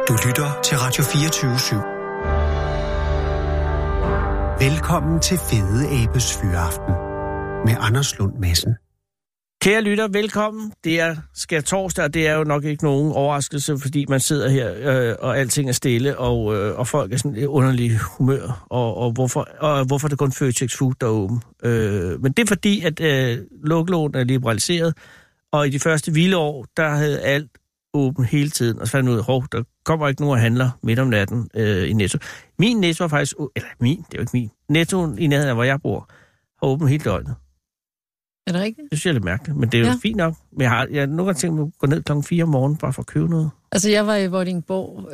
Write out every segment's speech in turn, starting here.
Du lytter til Radio 24/7. Velkommen til Fede Abes Fyraften med Anders Lund Madsen. Kære lytter, velkommen. Det er skærtorsdag, og det er jo nok ikke nogen overraskelse, fordi man sidder her, og alting er stille, og folk er sådan et underligt humør, og hvorfor det kun Føtex Food, der er åben. Men det er fordi, at lukkeloven er liberaliseret, og i de første hvileår, der havde alt åben hele tiden, og så fandt ud af, der kommer ikke nogen, der handler midt om natten i Netto. Min Netto var faktisk, det er jo ikke min, Netto i nærheden af, hvor jeg bor, har åben hele døgnet. Er det rigtigt? Det synes jeg er lidt mærkeligt, men det er jo fint nok. Men jeg har nogle gange tænkt mig at gå ned klokken 4 om morgenen, bare for at købe noget. Altså, jeg var i Vordingborg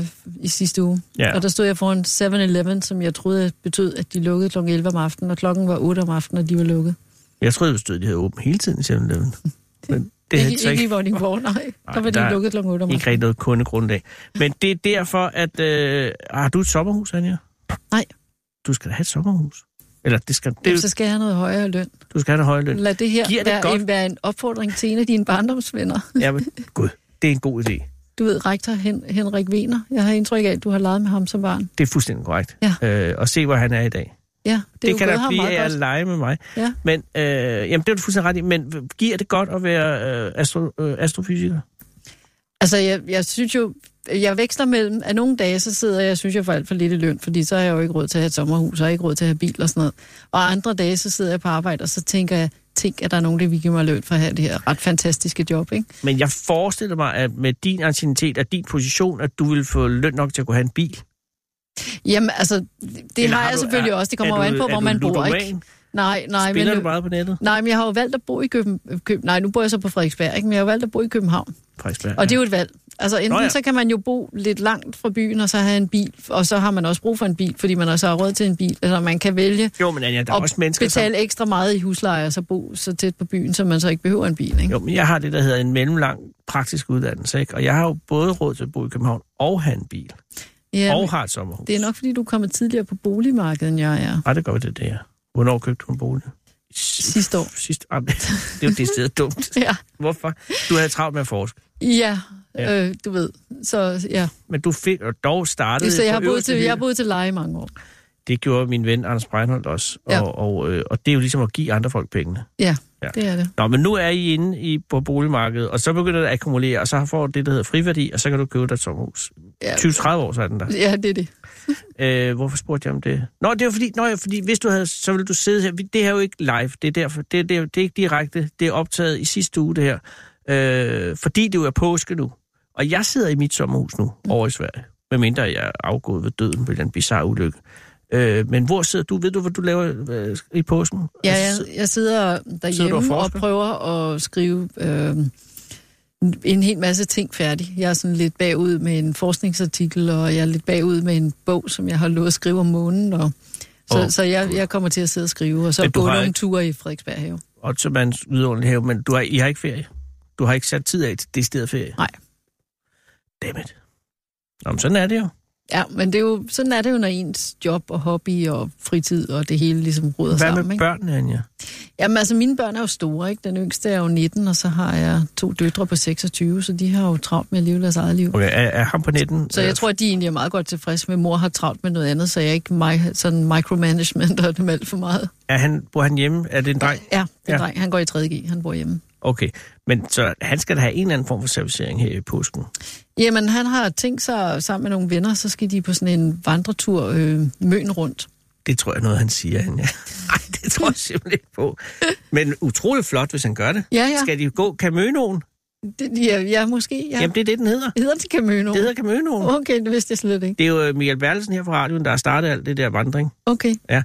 i sidste uge, og der stod jeg foran 7-Eleven, som jeg troede betød, at de lukkede klokken 11 om aftenen, og klokken var 8 om aftenen, og de var lukket. Jeg troede, det betød, at de havde åbent hele tiden i 7-Eleven. Men det havde ikke i Vordingborg, nej. Der var de lukket klokken 8 om aftenen. Ikke rigtig noget kundegrundlag. Men det er derfor, at... har du et sommerhus, Anja? Nej. Du skal da have et sommerhus. Eller det skal... Så skal jeg have noget højere løn. Du skal have noget højere løn. Lad det her være en opfordring til en af dine barndomsvenner. Ja, men gud, det er en god idé. Du ved, rektor Henrik Wiener. Jeg har indtryk af, at du har leget med ham som barn. Det er fuldstændig korrekt. Ja. Og se, hvor han er i dag. Ja, det kan da blive af at lege med mig. Ja. Men, jamen, det er du fuldstændig ret i. Men giver det godt at være astrofysiker? Altså, jeg synes jo, jeg veksler mellem, at nogle dage, så sidder jeg, synes jeg, får alt for lidt i løn, fordi så har jeg jo ikke råd til at have et sommerhus, og ikke råd til at have bil og sådan noget. Og andre dage, så sidder jeg på arbejde, og så tænker jeg, at der er nogen, der vil give mig løn for at have det her ret fantastiske job, ikke? Men jeg forestiller mig, at med din anciennitet og din position, at du vil få løn nok til at kunne have en bil. Jamen, altså, det har jeg selvfølgelig også. Det kommer jo an på, hvor man bor, ikke? Nej. Spiller du meget på nettet? Nej, men jeg har jo valgt at bo i København. Nej, nu bor jeg så på Frederiksberg, ikke? Men jeg har jo valgt at bo i København. Og det er jo et valg. Altså enten så kan man jo bo lidt langt fra byen, og så have en bil, og så har man også brug for en bil, fordi man også har råd til en bil. Altså man kan vælge men Anja, der er også mennesker, betale ekstra meget i husleje, og så bo så tæt på byen, så man så ikke behøver en bil, ikke? Jo, men jeg har det, der hedder en mellemlang praktisk uddannelse, ikke? Og jeg har jo både råd til at bo i København og have en bil. Ja, og har et sommerhus. Det er nok, fordi du er kommet tidligere på boligmarkedet, end jeg er. Nej, det gør det her. Hvornår købte du en bolig? Sidste år. Det er jo det sted dumt. Ja. Hvorfor? Du havde travlt med at forske. Ja. Du ved. Så ja. Men du fik og dog startede... Så jeg har boet til leje i mange år. Det gjorde min ven Anders Breinholt også. Ja. Og det er jo ligesom at give andre folk pengene. Ja, det er det. Nå, men nu er I inde på boligmarkedet, og så begynder det at akkumulere, og så får du det, der hedder friværdi, og så kan du købe dig et sommerhus. Ja. 20-30 år, så er den der. Ja, det er det. Hvorfor spurgte jeg om det? Nå, det var fordi hvis du havde, så ville du sidde her. Det her er jo ikke live, det er derfor. Det er ikke direkte. Det er optaget i sidste uge, det her. Fordi det jo er påske nu. Og jeg sidder i mit sommerhus nu, over i Sverige. Medmindre jeg er afgået ved døden på en bizarre ulykke. Men hvor sidder du? Ved du, hvad du laver i påsken? Ja, jeg sidder derhjemme og prøver at skrive en hel masse ting færdig. Jeg er sådan lidt bagud med en forskningsartikel, og jeg er lidt bagud med en bog, som jeg har lovet at skrive om månen. Og så jeg kommer til at sidde og skrive, og så gå nogle ture i Frederiksberg have. Og så er en vidunderlig have, men I har ikke ferie? Du har ikke sat tid af til det sted ferie? Nej. Dammit. Nå, men sådan er det jo. Ja, men det er jo, sådan er det jo, når ens job og hobby og fritid og det hele ligesom ruder sammen. Hvad med børnene, Anja? Jamen altså, mine børn er jo store, ikke? Den yngste er jo 19, og så har jeg 2 døtre på 26, så de har jo travlt med at leve deres eget liv. Okay, er ham på 19? Så jeg tror, at de egentlig er meget godt tilfredse med, at mor har travlt med noget andet, så jeg ikke sådan micromanagement og dem alt for meget. Bor han hjemme? Er det en dreng? Ja, det er en dreng. Han går i 3.G, han bor hjemme. Okay, men så han skal da have en eller anden form for servicering her i påsken? Jamen, han har tænkt sig sammen med nogle venner, så skal de på sådan en vandretur Møn rundt. Det tror jeg noget, han siger, han. Nej, det tror jeg simpelthen ikke på. Men utroligt flot, hvis han gør det. Ja. Skal de gå Camønoen? Ja, måske, ja. Jamen, det er det, den hedder. Hedder det Camønoen? Det hedder Camønoen. Okay, det vidste jeg slet ikke. Det er jo Michael Bertelsen her fra radioen, der har startet alt det der vandring. Okay. Ja.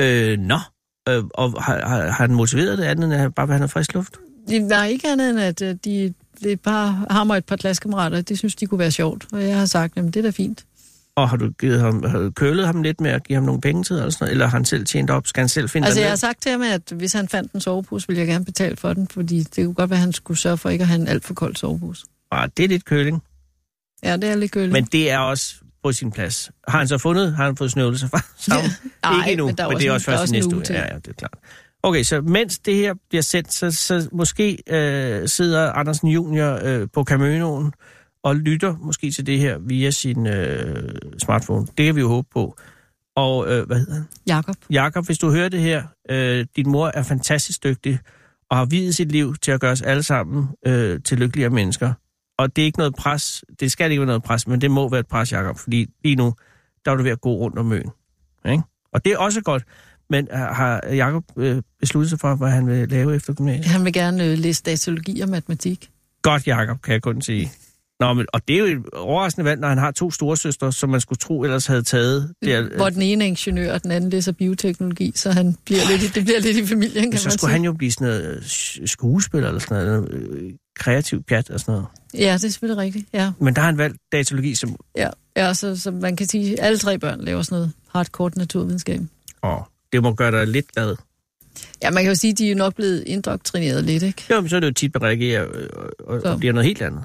Og har han motiveret det andet, end at bare vil have noget frisk luft? Nej, ikke andet end, at det er bare ham og et par klassekammerater. Det synes de kunne være sjovt. Og jeg har sagt, jamen det er da fint. Og har du kølet ham lidt med at give ham nogle penge til, eller sådan noget? Eller har han selv tjent op? Skal han selv finde jeg har sagt til ham, at hvis han fandt en sovepose, ville jeg gerne betale for den, fordi det kunne godt være, at han skulle sørge for ikke at have en alt for kold sovepose. Det er lidt køling. Ja, det er lidt køling. Men det er også på sin plads. Har han så fået snøvlet sig sammen? Ikke endnu, men det er også først i næste uge. Ja, det er klart. Okay, så mens det her bliver sendt, så måske sidder Andersen Junior på Camønoen og lytter måske til det her via sin smartphone. Det kan vi jo håbe på. Og hvad hedder han? Jakob. Jakob, hvis du hører det her, din mor er fantastisk dygtig og har viet sit liv til at gøre os alle sammen til lykkeligere mennesker. Og det er ikke noget pres, det skal ikke være noget pres, men det må være et pres, Jakob, fordi lige nu, der er du ved at gå rundt om øen. Ikke? Og det er også godt, men har Jakob besluttet sig for, hvad han vil lave efter gymnasiet? Han vil gerne læse datalogi og matematik. Godt, Jakob, kan jeg kun sige. Nå, men, og det er jo et overraskende valg, når han har 2 storesøstre, som man skulle tro ellers havde taget. Hvor den ene er ingeniør, og den anden læser bioteknologi, så han bliver det bliver lidt i familien, kan man sige. Så skulle han jo blive sådan noget skuespiller eller sådan noget, kreativ pjat og sådan noget. Ja, det er selvfølgelig rigtigt, ja. Men der har han valgt datalogi som... Ja, så man kan sige, at alle 3 børn laver sådan noget hardcore naturvidenskab. Det må gøre dig lidt glad. Ja, man kan jo sige, at de er jo nok blevet indoktrineret lidt, ikke? Jo, men så er det jo tit, at reagere og bliver noget helt andet.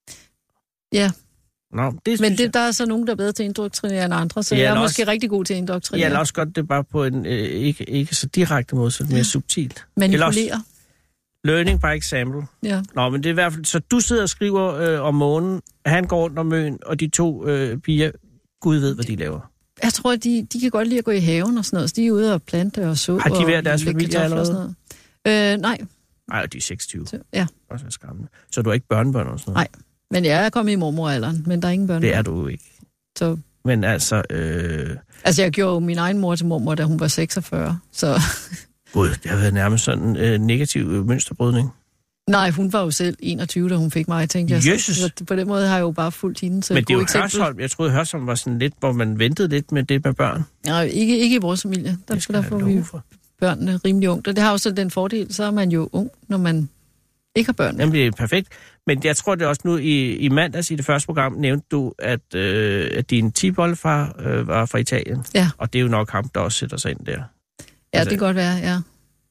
Ja. Nå, men der er så nogen, der er bedre til at indoktrinere end andre, så jeg er måske rigtig god til at indoktrinere. Ja, eller også godt det bare på en ikke så direkte måde, så mere subtilt. Manipulere. Learning by example. Ja. Nå, men det er i hvert fald... Så du sidder og skriver om månen, han går rundt om øen, og de 2 piger, Gud ved, hvad de laver. Jeg tror, de kan godt lide at gå i haven og sådan noget, så de er ude og plante og så. Har de været deres familie allerede? Nej. Nej, de er 26. Ja. Også skræmmende. Så du har ikke børnebørn og sådan noget? Nej, men jeg er kommet i mormoralderen, men der er ingen børnebørn. Det er du jo ikke. Så... Men altså... Altså, jeg gjorde jo min egen mor til mormor, da hun var 46, så... Gud, det har været nærmest sådan en negativ mønsterbrydning. Nej, hun var jo selv 21, da hun fik mig, tænkte jeg. Jesus. Så på den måde har jeg jo bare fulgt hende. Så men det er jo Hørsholm. Jeg troede, Hørsholm var sådan lidt, hvor man ventede lidt med det med børn. Nej, ikke i vores familie. Der får vi børnene rimelig ungt. Og det har jo så den fordel, så er man jo ung, når man ikke har børn. Jamen, det er perfekt. Men jeg tror, det også nu i mandags i det første program, nævnte du, at din tipoldefar var fra Italien. Ja. Og det er jo nok ham, der også sætter sig ind der. Ja, altså, det kan godt være, ja.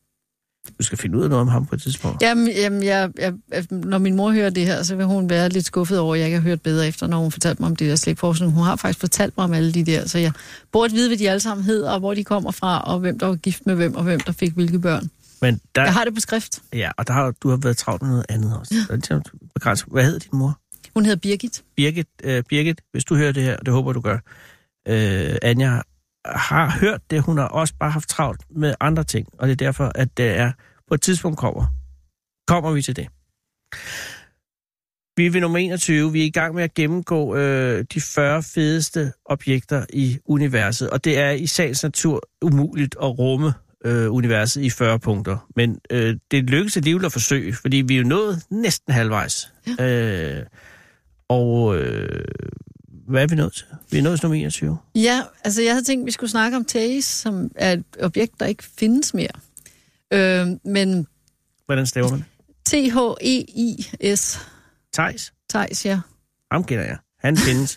Du skal finde ud af noget om ham på et tidspunkt. Jamen når min mor hører det her, så vil hun være lidt skuffet over, at jeg ikke har hørt bedre efter, når hun fortalte mig om det der slægtforskning. Hun har faktisk fortalt mig om alle de der, så jeg burde vide, hvad de alle sammen hedder, og hvor de kommer fra, og hvem der var gift med hvem, og hvem der fik hvilke børn. Men jeg har det på skrift. Ja, og du har været travlt med noget andet også. Ja. Hvad hedder din mor? Hun hedder Birgit. Birgit, hvis du hører det her, og det håber du gør, Anja har hørt det, hun har også bare haft travlt med andre ting, og det er derfor, at det er på et tidspunkt kommer vi til det. Vi er ved nummer 21. Vi er i gang med at gennemgå de 40 fedeste objekter i universet, og det er i sagens natur umuligt at rumme universet i 40 punkter. Men det lykkes alligevel at forsøge, fordi vi er jo nået næsten halvvejs. Ja. Hvad er vi nået til? Vi er nået til nummer 21. Ja, altså jeg havde tænkt, at vi skulle snakke om Theis, som er et objekt, der ikke findes mere. Men... Hvordan staver man? Theis. Theis, ja. Ham kender jeg. Han findes.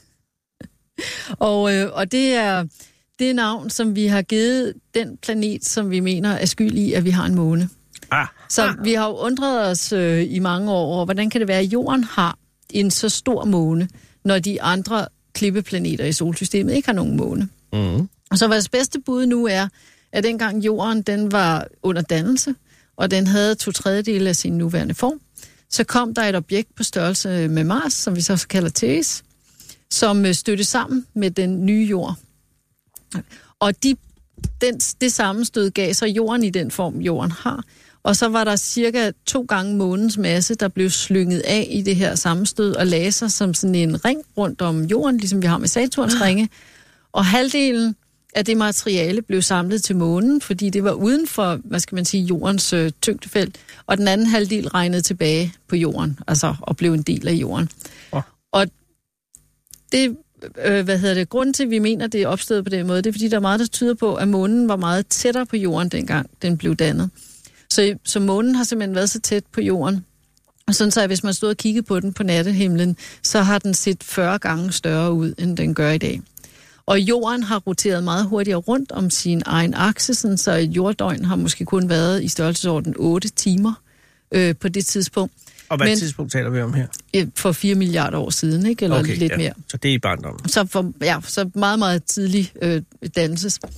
og det er navn, som vi har givet den planet, som vi mener er skyld i, at vi har en måne. Så vi har jo undret os i mange år over, hvordan kan det være, at Jorden har en så stor måne, når de andre klippeplaneter i solsystemet ikke har nogen måne. Mm. Og så vores bedste bud nu er, at dengang Jorden den var under dannelse, og den havde 2/3 af sin nuværende form, så kom der et objekt på størrelse med Mars, som vi så kalder Theis, som stødte sammen med den nye Jord. Og det sammenstød gav så Jorden i den form, Jorden har. Og så var der cirka 2 gange månens masse, der blev slynget af i det her sammenstød og lagde sig som sådan en ring rundt om Jorden, ligesom vi har med Saturns ringe. Og halvdelen af det materiale blev samlet til månen, fordi det var uden for, Jordens tyngdefelt, og den anden halvdel regnede tilbage på Jorden, altså og blev en del af Jorden. Og det, grunden til, at vi mener, det er opstået på den måde, det er, fordi der er meget, der tyder på, at månen var meget tættere på Jorden, dengang den blev dannet. Så månen har simpelthen været så tæt på Jorden, og sådan så, at hvis man stod og kiggede på den på nattehimlen, så har den set 40 gange større ud, end den gør i dag. Og Jorden har roteret meget hurtigere rundt om sin egen akse, så et jorddøgn har måske kun været i størrelsesorden 8 timer på det tidspunkt. Og hvad tidspunkt taler vi om her? For 4 milliarder år siden, ikke? Eller lidt mere. Så det er i barndommen. Så meget, meget tidlig dannelses.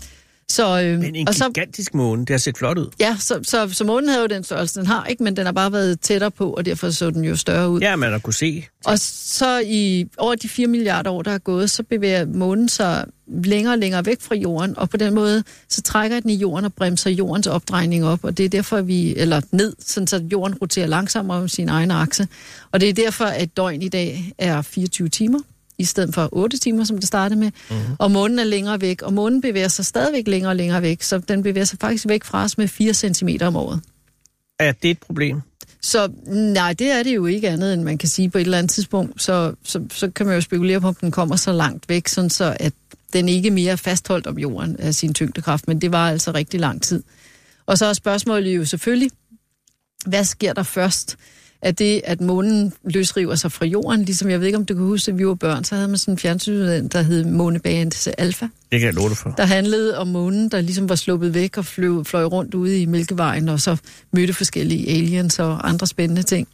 Men en gigantisk måne, det har set flot ud. Ja, så månen havde jo den størrelse, den har, ikke, men den har bare været tættere på, og derfor så den jo større ud. Ja, man har kunne se. Og så over de 4 milliarder år, der er gået, så bevæger månen sig længere og længere væk fra jorden, og på den måde, så trækker den i jorden og bremser jordens opdrejning op, og det er derfor, eller ned, sådan så jorden roterer langsommere om sin egen akse. Og det er derfor, at et døgn i dag er 24 timer, i stedet for 8 timer, som det startede med. Mm-hmm. Og månen er længere væk, og månen bevæger sig stadigvæk længere og længere væk, så den bevæger sig faktisk væk fra os med 4 centimeter om året. Er det et problem? Så nej, det er det jo ikke andet, end man kan sige på et eller andet tidspunkt. Så kan man jo spekulere på, om den kommer så langt væk, sådan så at den ikke mere er fastholdt om jorden af sin tyngdekraft, men det var altså rigtig lang tid. Og så er spørgsmålet jo selvfølgelig, hvad sker der først? Er det, at månen løsriver sig fra jorden? Ligesom jeg ved ikke, om du kan huske, at vi var børn, så havde man sådan en fjernsyn, der hed Månebevægelse Alpha. Det kan jeg love det for. Der handlede om månen, der ligesom var sluppet væk og fløj rundt ude i Mælkevejen, og så mødte forskellige aliens og andre spændende ting.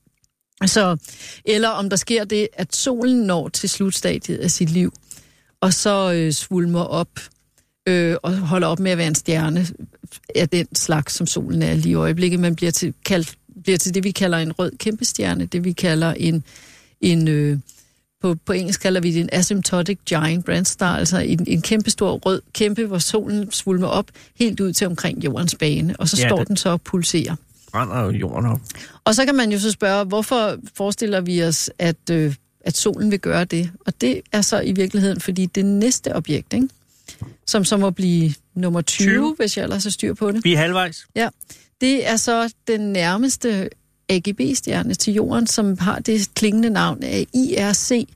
Eller om der sker det, at solen når til slutstadiet af sit liv, og så svulmer op og holder op med at være en stjerne af den slags, som solen er lige i øjeblikket. Man bliver til det, vi kalder en rød kæmpestjerne, det vi kalder på engelsk kalder vi det en asymptotic giant branch star, altså en kæmpestor rød kæmpe, hvor solen svulmer op helt ud til omkring jordens bane, og så står den så og pulserer. Brænder jo jorden op. Og så kan man jo så spørge, hvorfor forestiller vi os, at solen vil gøre det? Og det er så i virkeligheden, fordi det næste objekt, ikke? Som så må blive nummer 20, hvis jeg ellers har styr på det. Vi er halvvejs. Ja, det er så den nærmeste AGB-stjerne til jorden, som har det klingende navn af IRC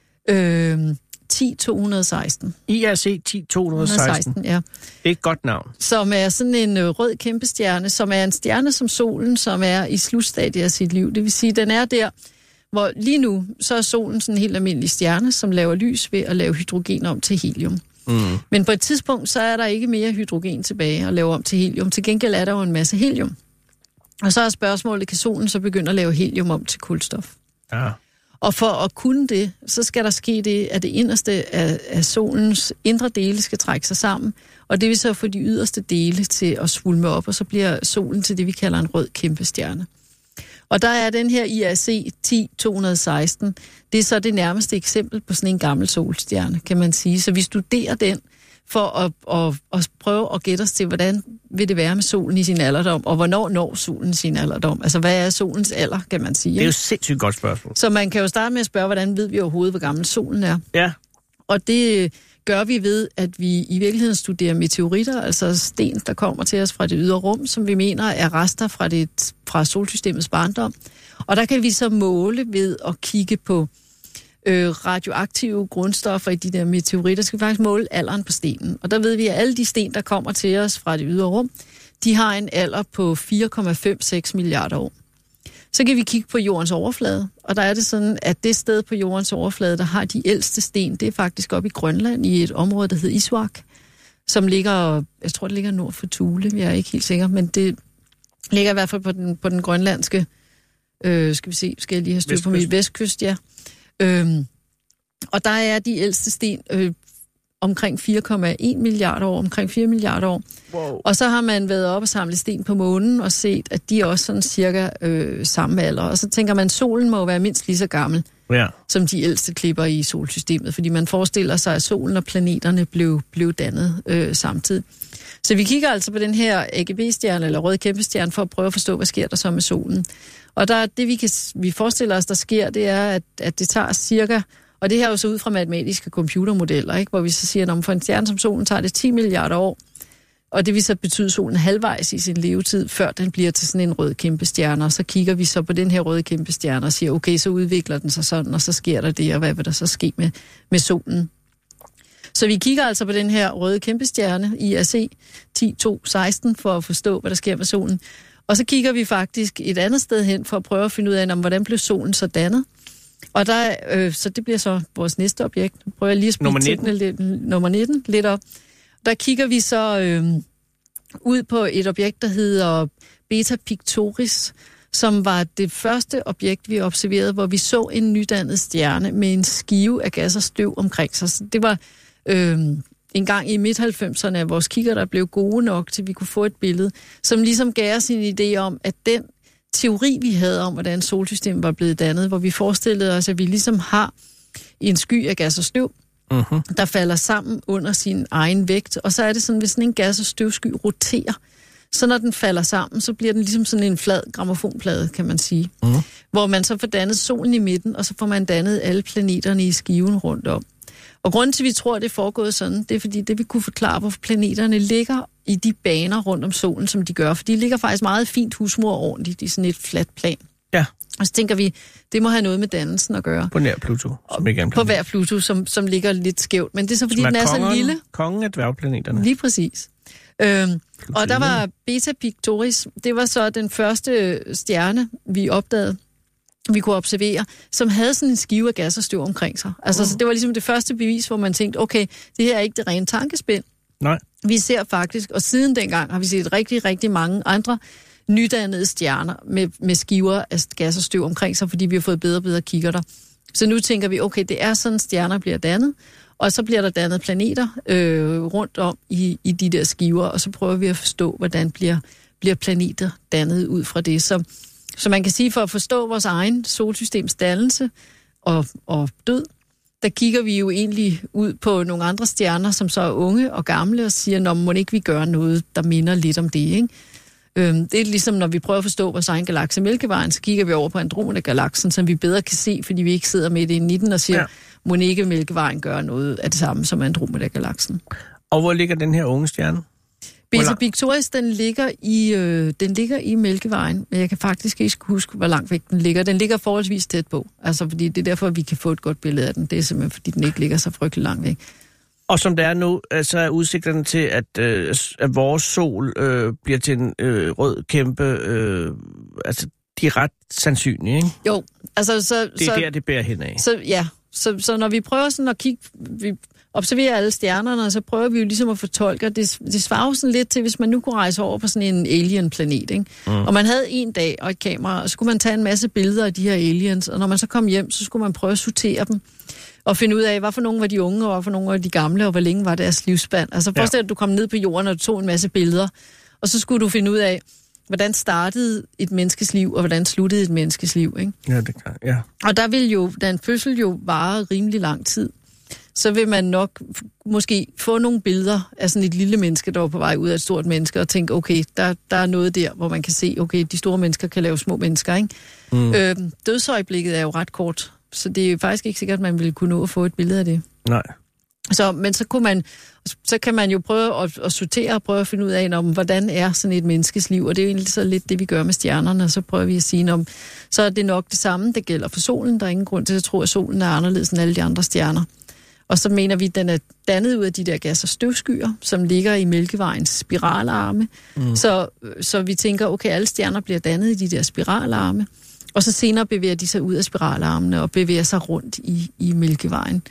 10216. IRC 10216? Ja. Det er et godt navn. Som er sådan en rød kæmpestjerne, som er en stjerne som solen, som er i slutstadiet af sit liv. Det vil sige, den er der, hvor lige nu, så er solen sådan en helt almindelig stjerne, som laver lys ved at lave hydrogen om til helium. Mm. Men på et tidspunkt, så er der ikke mere hydrogen tilbage at lave om til helium. Til gengæld er der jo en masse helium. Og så er spørgsmålet, kan solen så begynde at lave helium om til kulstof? Ja. Og for at kunne det, så skal der ske det, at det inderste af solens indre dele skal trække sig sammen, og det vil så få de yderste dele til at svulme op, og så bliver solen til det, vi kalder en rød kæmpestjerne. Og der er den her IRC 10216, det er så det nærmeste eksempel på sådan en gammel solstjerne, kan man sige. Så vi studerer den for at prøve at gætte os til, hvordan vil det være med solen i sin alderdom, og hvornår når solen sin alderdom? Altså, hvad er solens alder, kan man sige? Det er jo et sindssygt godt spørgsmål. Så man kan jo starte med at spørge, hvordan ved vi overhovedet, hvor gammel solen er? Ja. Og det gør vi ved, at vi i virkeligheden studerer meteoritter, altså sten, der kommer til os fra det ydre rum, som vi mener er rester fra solsystemets barndom. Og der kan vi så måle ved at kigge på radioaktive grundstoffer i de der meteoritter, skal vi faktisk måle alderen på stenen. Og der ved vi, at alle de sten, der kommer til os fra det ydre rum, de har en alder på 4,56 milliarder år. Så kan vi kigge på jordens overflade, og der er det sådan, at det sted på jordens overflade, der har de ældste sten, det er faktisk oppe i Grønland, i et område, der hedder Isvak, som ligger, jeg tror, det ligger nord for Thule, jeg er ikke helt sikker, men det ligger i hvert fald på den grønlandske, skal jeg lige have styr på mit vestkyst, ja. Og der er de ældste sten omkring 4,1 milliarder år, omkring 4 milliarder år. Wow. Og så har man været op og samlet sten på månen og set, at de er også sådan cirka samme alder. Og så tænker man, at solen må være mindst lige så gammel, som de ældste klipper i solsystemet, fordi man forestiller sig, at solen og planeterne blev dannet samtidig. Så vi kigger altså på den her AGB-stjerne, eller røde kæmpestjerne, for at prøve at forstå, hvad sker der så med solen. Og der, det vi forestiller os, der sker, det er, at det tager cirka, og det her er jo så ud fra matematiske computermodeller, ikke? Hvor vi så siger, at for en stjerne som solen tager det 10 milliarder år, og det vil så betyde solen halvvejs i sin levetid, før den bliver til sådan en rød kæmpestjerne, og så kigger vi så på den her røde kæmpestjerne og siger, okay, så udvikler den sig sådan, og så sker der det, og hvad vil der så ske med solen? Så vi kigger altså på den her røde kæmpestjerne, IRC 10216, for at forstå, hvad der sker med solen. Og så kigger vi faktisk et andet sted hen, for at prøve at finde ud af, hvordan blev solen så dannet. Og der, så det bliver så vores næste objekt. Nu prøver jeg lige at spille nummer 19 lidt op. Der kigger vi så ud på et objekt, der hedder Beta Pictoris, som var det første objekt, vi observerede, hvor vi så en nydannet stjerne med en skive af gas og støv omkring sig. Så det var en gang i midt-90'erne, at vores kikkerter blev gode nok, til vi kunne få et billede, som ligesom gav os en idé om, at den teori, vi havde om, hvordan solsystemet var blevet dannet, hvor vi forestillede os, at vi ligesom har en sky af gas og støv, der falder sammen under sin egen vægt, og så er det sådan, hvis sådan en gas- og støvsky roterer, så når den falder sammen, så bliver den ligesom sådan en flad grammofonplade, kan man sige. Hvor man så får dannet solen i midten, og så får man dannet alle planeterne i skiven rundt om. Og grunden til, at vi tror, at det er foregået sådan, det er fordi, det vi kunne forklare, hvorfor planeterne ligger i de baner rundt om solen, som de gør. For de ligger faktisk meget fint husmor ordentligt i sådan et fladt plan. Ja. Og så tænker vi, det må have noget med dannelsen at gøre. På nær Pluto, som ikke er en planet. På hver Pluto, som ligger lidt skævt. Men det er så, fordi den er så lille. Kongen af dværgplaneterne. Lige præcis. Og der var Beta Pictoris, det var så den første stjerne, vi opdagede, vi kunne observere, som havde sådan en skive af gas og støv omkring sig. Altså, så det var ligesom det første bevis, hvor man tænkte, okay, det her er ikke det rene tankespind. Nej. Vi ser faktisk, og siden dengang har vi set rigtig, rigtig mange andre nydannede stjerner med skiver af gas og støv omkring sig, fordi vi har fået bedre og bedre kikkerter. Så nu tænker vi, okay, det er sådan, stjerner bliver dannet, og så bliver der dannet planeter rundt om i de der skiver, og så prøver vi at forstå, hvordan bliver planeter dannet ud fra det. Så man kan sige, for at forstå vores egen solsystems dannelse og død, der kigger vi jo egentlig ud på nogle andre stjerner, som så er unge og gamle, og siger, nå, må ikke vi gøre noget, der minder lidt om det, ikke? Det er ligesom, når vi prøver at forstå vores egen galakse Mælkevejen, så kigger vi over på Andromeda-galaksen, som vi bedre kan se, fordi vi ikke sidder midt inde i den og siger, må ikke Mælkevejen gøre noget af det samme som Andromeda-galaksen. Og hvor ligger den her unge stjerne? Beta Pictoris, den ligger i Mælkevejen, men jeg kan faktisk ikke huske, hvor langt væk den ligger. Den ligger forholdsvis tæt på, altså fordi det er derfor, at vi kan få et godt billede af den. Det er simpelthen, fordi den ikke ligger så frygtelig langt væk. Og som det er nu, så er udsigterne til, at vores sol bliver til en rød kæmpe, altså de er ret sandsynlige, ikke? Jo, altså det er der, det bærer hen af. Så når vi prøver sådan at kigge, vi observerer alle stjernerne, og så prøver vi jo ligesom at fortolke, og det svarer jo sådan lidt til, hvis man nu kunne rejse over på sådan en alien-planet, ikke? Og man havde en dag og et kamera, og så kunne man tage en masse billeder af de her aliens, og når man så kom hjem, så skulle man prøve at sortere dem, og finde ud af, hvad for nogle var de unge, og hvad for nogle var de gamle, og hvor længe var deres livsspand. Altså forestil dig, at du kom ned på jorden, og du tog en masse billeder, og så skulle du finde ud af, hvordan startede et menneskes liv, og hvordan sluttede et menneskes liv, ikke? Ja, det kan, ja. Og der vil jo, da en fødsel jo vare rimelig lang tid, så vil man nok måske få nogle billeder af sådan et lille menneske, der var på vej ud af et stort menneske, og tænke, okay, der er noget der, hvor man kan se, okay, de store mennesker kan lave små mennesker, ikke? Dødsøjeblikket er jo ret kort, så det er jo faktisk ikke sikkert, at man ville kunne nå at få et billede af det. Nej. Men så kan man jo prøve at sortere og prøve at finde ud af, hvordan er sådan et menneskes liv, og det er jo egentlig så lidt det, vi gør med stjernerne, og så prøver vi at sige, så er det nok det samme, der gælder for solen. Der er ingen grund til at tro, at solen er anderledes end alle de andre stjerner. Og så mener vi, at den er dannet ud af de der gas- og støvskyer, som ligger i Mælkevejens spiralarme. Så vi tænker, okay, alle stjerner bliver dannet i de der spiralarme, og så senere bevæger de sig ud af spiralarmene og bevæger sig rundt i Mælkevejen.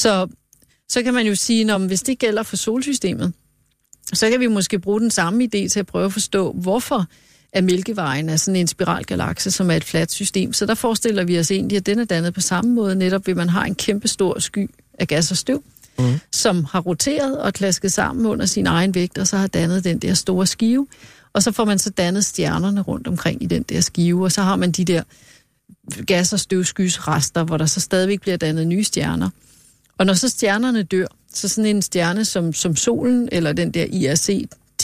Så kan man jo sige, at hvis det gælder for solsystemet, så kan vi måske bruge den samme idé til at prøve at forstå, hvorfor at Mælkevejen er sådan en spiralgalakse, som er et fladt system. Så der forestiller vi os egentlig, at den er dannet på samme måde, netop ved man har en kæmpe stor sky af gas og støv, som har roteret og klasket sammen under sin egen vægt, og så har dannet den der store skive. Og så får man så dannet stjernerne rundt omkring i den der skive, og så har man de der gas- og støvskysrester, hvor der så stadigvæk bliver dannet nye stjerner. Og når så stjernerne dør, så sådan en stjerne som solen, eller den der IRC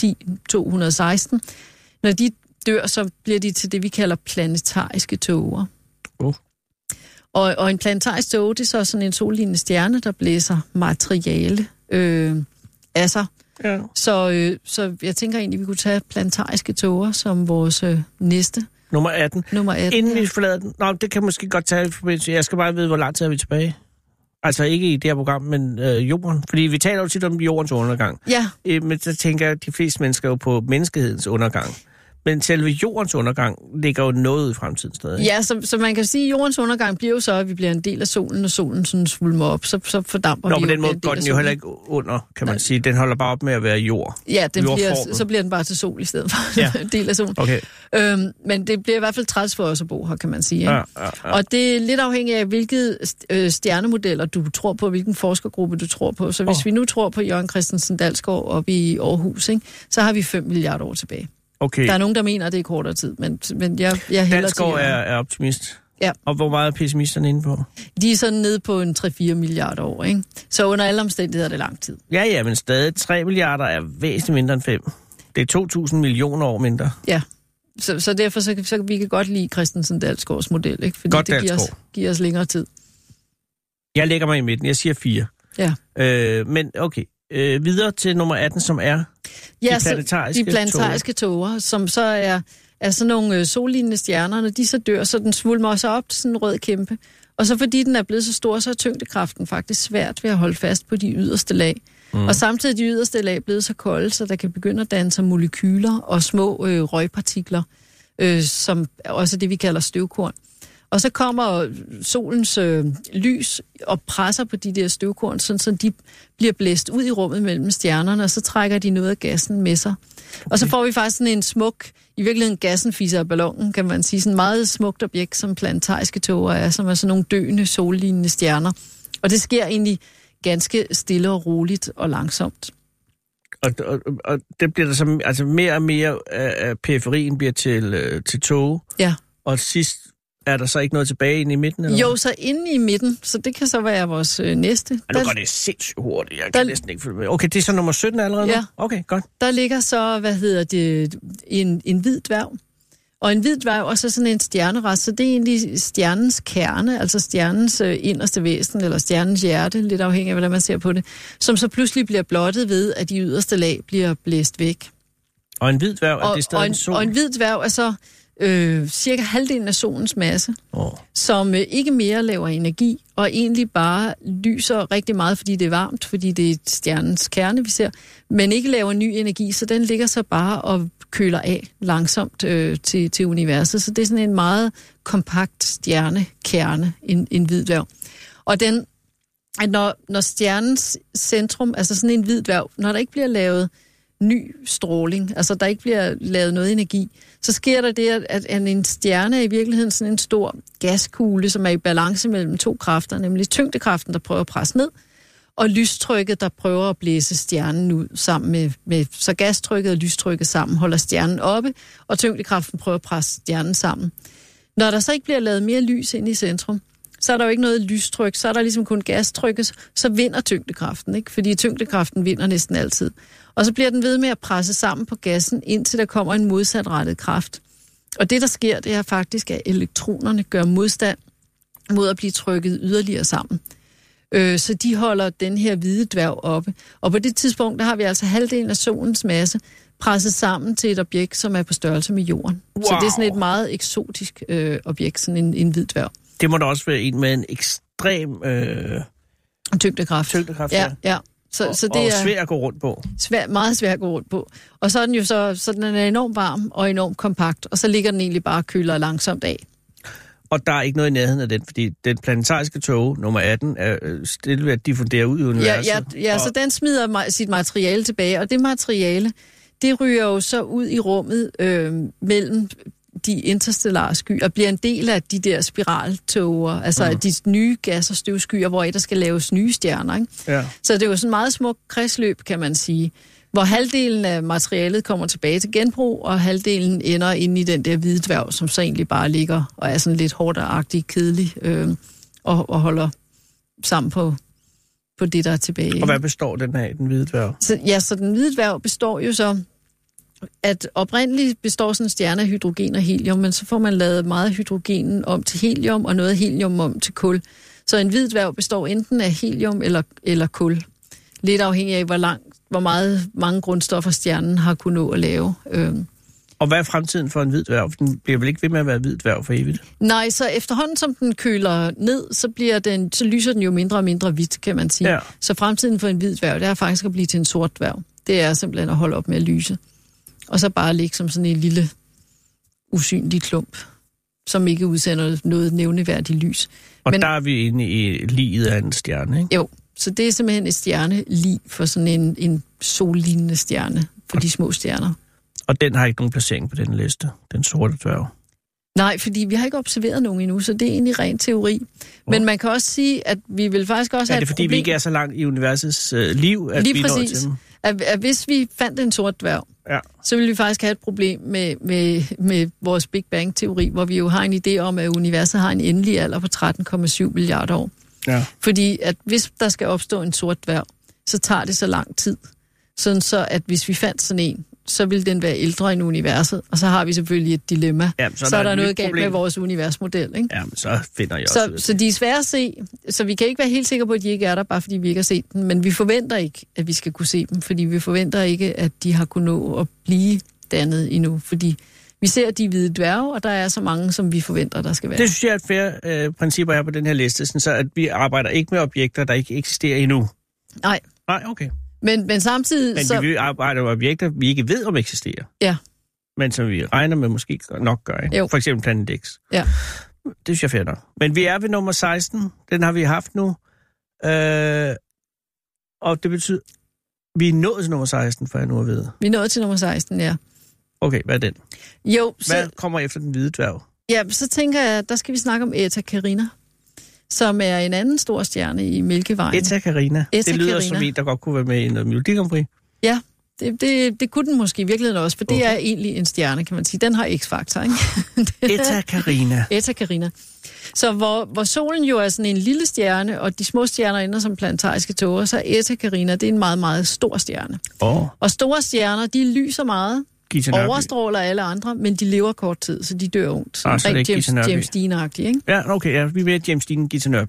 10216, når de dør, så bliver de til det, vi kalder planetariske tåger. Og en planetarisk tåge, det er så sådan en sollignende stjerne, der blæser materiale af sig. Ja. Så jeg tænker egentlig, vi kunne tage planetariske tåger som vores næste. Nummer 18. Inden vi forlader den. Nå, det kan måske godt tage i forbindelse. Jeg skal bare vide, hvor lang tid er vi tilbage. Altså ikke i det her program, men jorden. Fordi vi taler jo tit om jordens undergang. Ja. Men så tænker jeg, at de fleste mennesker er jo på menneskehedens undergang. Men selve jordens undergang ligger jo noget i fremtiden stadig. Ja, så man kan sige, at jordens undergang bliver jo så, at vi bliver en del af solen, og solen sådan svulmer op, så fordamper vi jo. På den måde går den jo heller ikke under, kan man sige. Den holder bare op med at være jord. Ja, så bliver den bare til sol i stedet for en del af solen. Okay. Men det bliver i hvert fald træls for os at bo her, kan man sige. Ikke? Ja. Og det er lidt afhængigt af, hvilke stjernemodeller du tror på, hvilken forskergruppe du tror på. Så hvis vi nu tror på Jørgen Christensen Dalsgaard oppe i Aarhus, ikke, så har vi 5 milliarder år tilbage. Okay. Der er nogen, der mener, at det er kortere tid, men jeg hælder til... Dalsgaard er optimist. Ja. Og hvor meget er pessimisterne inde på? De er sådan nede på en 3-4 milliarder år, ikke? Så under alle omstændigheder er det lang tid. Ja, men stadig 3 milliarder er væsentligt mindre end 5. Det er 2.000 millioner år mindre. Ja, så derfor så vi kan godt lide Christensen Dalsgaards model, ikke? Fordi godt det giver os længere tid. Jeg lægger mig i midten. Jeg siger 4. Ja. Men okay. Videre til nummer 18, som er de planetariske tåger, som så er sådan nogle sollignende stjerner. Når de så dør, så den svulmer sig op til sådan en rød kæmpe. Og så fordi den er blevet så stor, så er tyngdekraften faktisk svært ved at holde fast på de yderste lag. Og samtidig er de yderste lag blevet så kolde, så der kan begynde at danne sig molekyler og små røgpartikler, som også det, vi kalder støvkorn. Og så kommer solens lys og presser på de der støvkorn, så de bliver blæst ud i rummet mellem stjernerne, og så trækker de noget af gassen med sig. Okay. Og så får vi faktisk sådan en smuk, i virkeligheden gassen fiser af ballonen, kan man sige, sådan en meget smukt objekt, som planetariske tåger er, som er sådan nogle døende, sollignende stjerner. Og det sker egentlig ganske stille og roligt og langsomt. Og det bliver der så, altså mere og mere af periferien bliver til tåge. Ja. Og sidst er der så ikke noget tilbage inde i midten? Eller? Jo, så inde i midten, så det kan så være vores næste. Nu går det sindssygt hurtigt, jeg kan næsten ikke følge med. Okay, det er så nummer 17 allerede? Ja. Nu? Okay, godt. Der ligger så, en hvid dværg. Og en hvid dværg er så sådan en stjernerest, så det er egentlig stjernens kerne, altså stjernens inderste væsen, eller stjernens hjerte, lidt afhængig af, hvordan man ser på det, som så pludselig bliver blottet ved, at de yderste lag bliver blæst væk. Og en hvid dværg, er det stadig en sol? Og en hvid dværg er så cirka halvdelen af solens masse, som ikke mere laver energi, og egentlig bare lyser rigtig meget, fordi det er varmt, fordi det er stjernens kerne, vi ser, men ikke laver ny energi, så den ligger så bare og køler af langsomt til universet. Så det er sådan en meget kompakt stjernekerne, en hvid dværg. Og den, når stjernens centrum, altså sådan en hvid dværg, når der ikke bliver lavet ny stråling, altså der ikke bliver lavet noget energi, så sker der det, at en stjerne er i virkeligheden sådan en stor gaskugle, som er i balance mellem to kræfter, nemlig tyngdekraften, der prøver at presse ned, og lystrykket, der prøver at blæse stjernen ud sammen med så gastrykket og lystrykket sammen holder stjernen oppe, og tyngdekraften prøver at presse stjernen sammen. Når der så ikke bliver lavet mere lys ind i centrum, så er der jo ikke noget lystryk, så er der ligesom kun gastrykket, så vinder tyngdekraften, ikke? Fordi tyngdekraften vinder næsten altid. Og så bliver den ved med at presse sammen på gassen, indtil der kommer en modsatrettet kraft. Og det, der sker, det er faktisk, at elektronerne gør modstand mod at blive trykket yderligere sammen. Så de holder den her hvide dværg oppe. Og på det tidspunkt, der har vi altså halvdelen af solens masse presset sammen til et objekt, som er på størrelse med jorden. Wow. Så det er sådan et meget eksotisk objekt, sådan en hvid dværg. Det må da også være en med en ekstrem tyngdekraft. Ja. Så det er svært at gå rundt på. Meget svært at gå rundt på. Og så er den jo så den er enormt varm og enormt kompakt, og så ligger den egentlig bare og køler langsomt af. Og der er ikke noget i nærheden af den, fordi den planetariske tåge, nummer 18, er stille ved at diffundere ud i universet. Ja, så den smider sit materiale tilbage, og det materiale, det ryger jo så ud i rummet mellem de interstellare skyer, og bliver en del af de der spiraltåger, altså de nye gas- og støvskyer, hvor der skal laves nye stjerner, ikke? Ja. Så det er jo sådan en meget smuk kredsløb, kan man sige, hvor halvdelen af materialet kommer tilbage til genbrug, og halvdelen ender inde i den der hvide dværg, som så egentlig bare ligger og er sådan lidt hårdagtig, kedelig, og holder sammen på det, der er tilbage. Og hvad består den af, den hvide dværg? Så den hvide dværg består jo så, at oprindeligt består sådan en stjerne af hydrogen og helium, men så får man lavet meget af hydrogenen om til helium, og noget af helium om til kul. Så en hvid dværg består enten af helium eller kul. Lidt afhængig af, hvor mange grundstoffer stjernen har kunnet nå at lave. Og hvad er fremtiden for en hvid dværg? Den bliver vel ikke ved med at være hvid dværg for evigt? Nej, så efterhånden som den køler ned, så lyser den jo mindre og mindre hvidt, kan man sige. Ja. Så fremtiden for en hvid dværg, det er faktisk at blive til en sort dværg. Det er simpelthen at holde op med at lyse. Og så bare ligge som sådan en lille usynlig klump, som ikke udsender noget nævneværdigt lys. Men der er vi inde i liget af en stjerne, ikke? Jo, så det er simpelthen et stjernelig for sådan en sollignende stjerne, for de små stjerner. Og den har ikke nogen placering på den liste, den sorte dværg? Nej, fordi vi har ikke observeret nogen endnu, så det er egentlig ren teori. Men man kan også sige, at vi vil faktisk også have et problem. Er det fordi, vi ikke er så langt i universets liv, at lige vi præcis. når til dem? At hvis vi fandt en sort dværg, så ville vi faktisk have et problem med vores Big Bang-teori, hvor vi jo har en idé om, at universet har en endelig alder på 13,7 milliarder år. Ja. Fordi at hvis der skal opstå en sort dværg, så tager det så lang tid. Sådan så, at hvis vi fandt sådan en, så vil den være ældre end universet, og så har vi selvfølgelig et dilemma. Jamen, så er der noget galt med vores universmodel, ikke? Jamen, så finder jeg også så de er svære at se, så vi kan ikke være helt sikre på, at de ikke er der, bare fordi vi ikke har set dem, men vi forventer ikke, at vi skal kunne se dem, fordi vi forventer ikke, at de har kunnet nå at blive dannet endnu, fordi vi ser de hvide dværge, og der er så mange, som vi forventer, der skal være. Det synes jeg er et fair princip her på den her liste, sådan så at vi arbejder ikke med objekter, der ikke eksisterer endnu. Nej. Nej, okay. Men samtidig... Men vi arbejder med objekter, vi ikke ved, om eksisterer. Ja. Men som vi regner med måske nok gør, ikke? Jo. For eksempel Planet X. Ja. Det synes jeg er fair nok. Men vi er ved nummer 16. Den har vi haft nu. Og det betyder... Vi er nået til nummer 16, for jeg nu at vide. Vi er nået til nummer 16, ja. Okay, hvad er den? Jo, hvad kommer efter den hvide dværg? Ja, så tænker jeg, der skal vi snakke om Eta Carina, som er en anden stor stjerne i Mælkevejen. Eta Carina. Det lyder som en, der godt kunne være med i noget Melodi Grand Prix. Ja, det kunne den måske i virkeligheden også, for det er egentlig en stjerne, kan man sige. Den har X-faktor, ikke? Eta Carina. Eta Carina. Så hvor solen jo er sådan en lille stjerne, og de små stjerner ender som planetariske tåger, så Eta Carina, det er en meget, meget stor stjerne. Og store stjerner, de lyser meget, overstråler alle andre, men de lever kort tid, så de dør ungt. Så det er James Dean-agtigt, ikke? Ja, okay, ja, vi ved James Dean, Gita Nørby.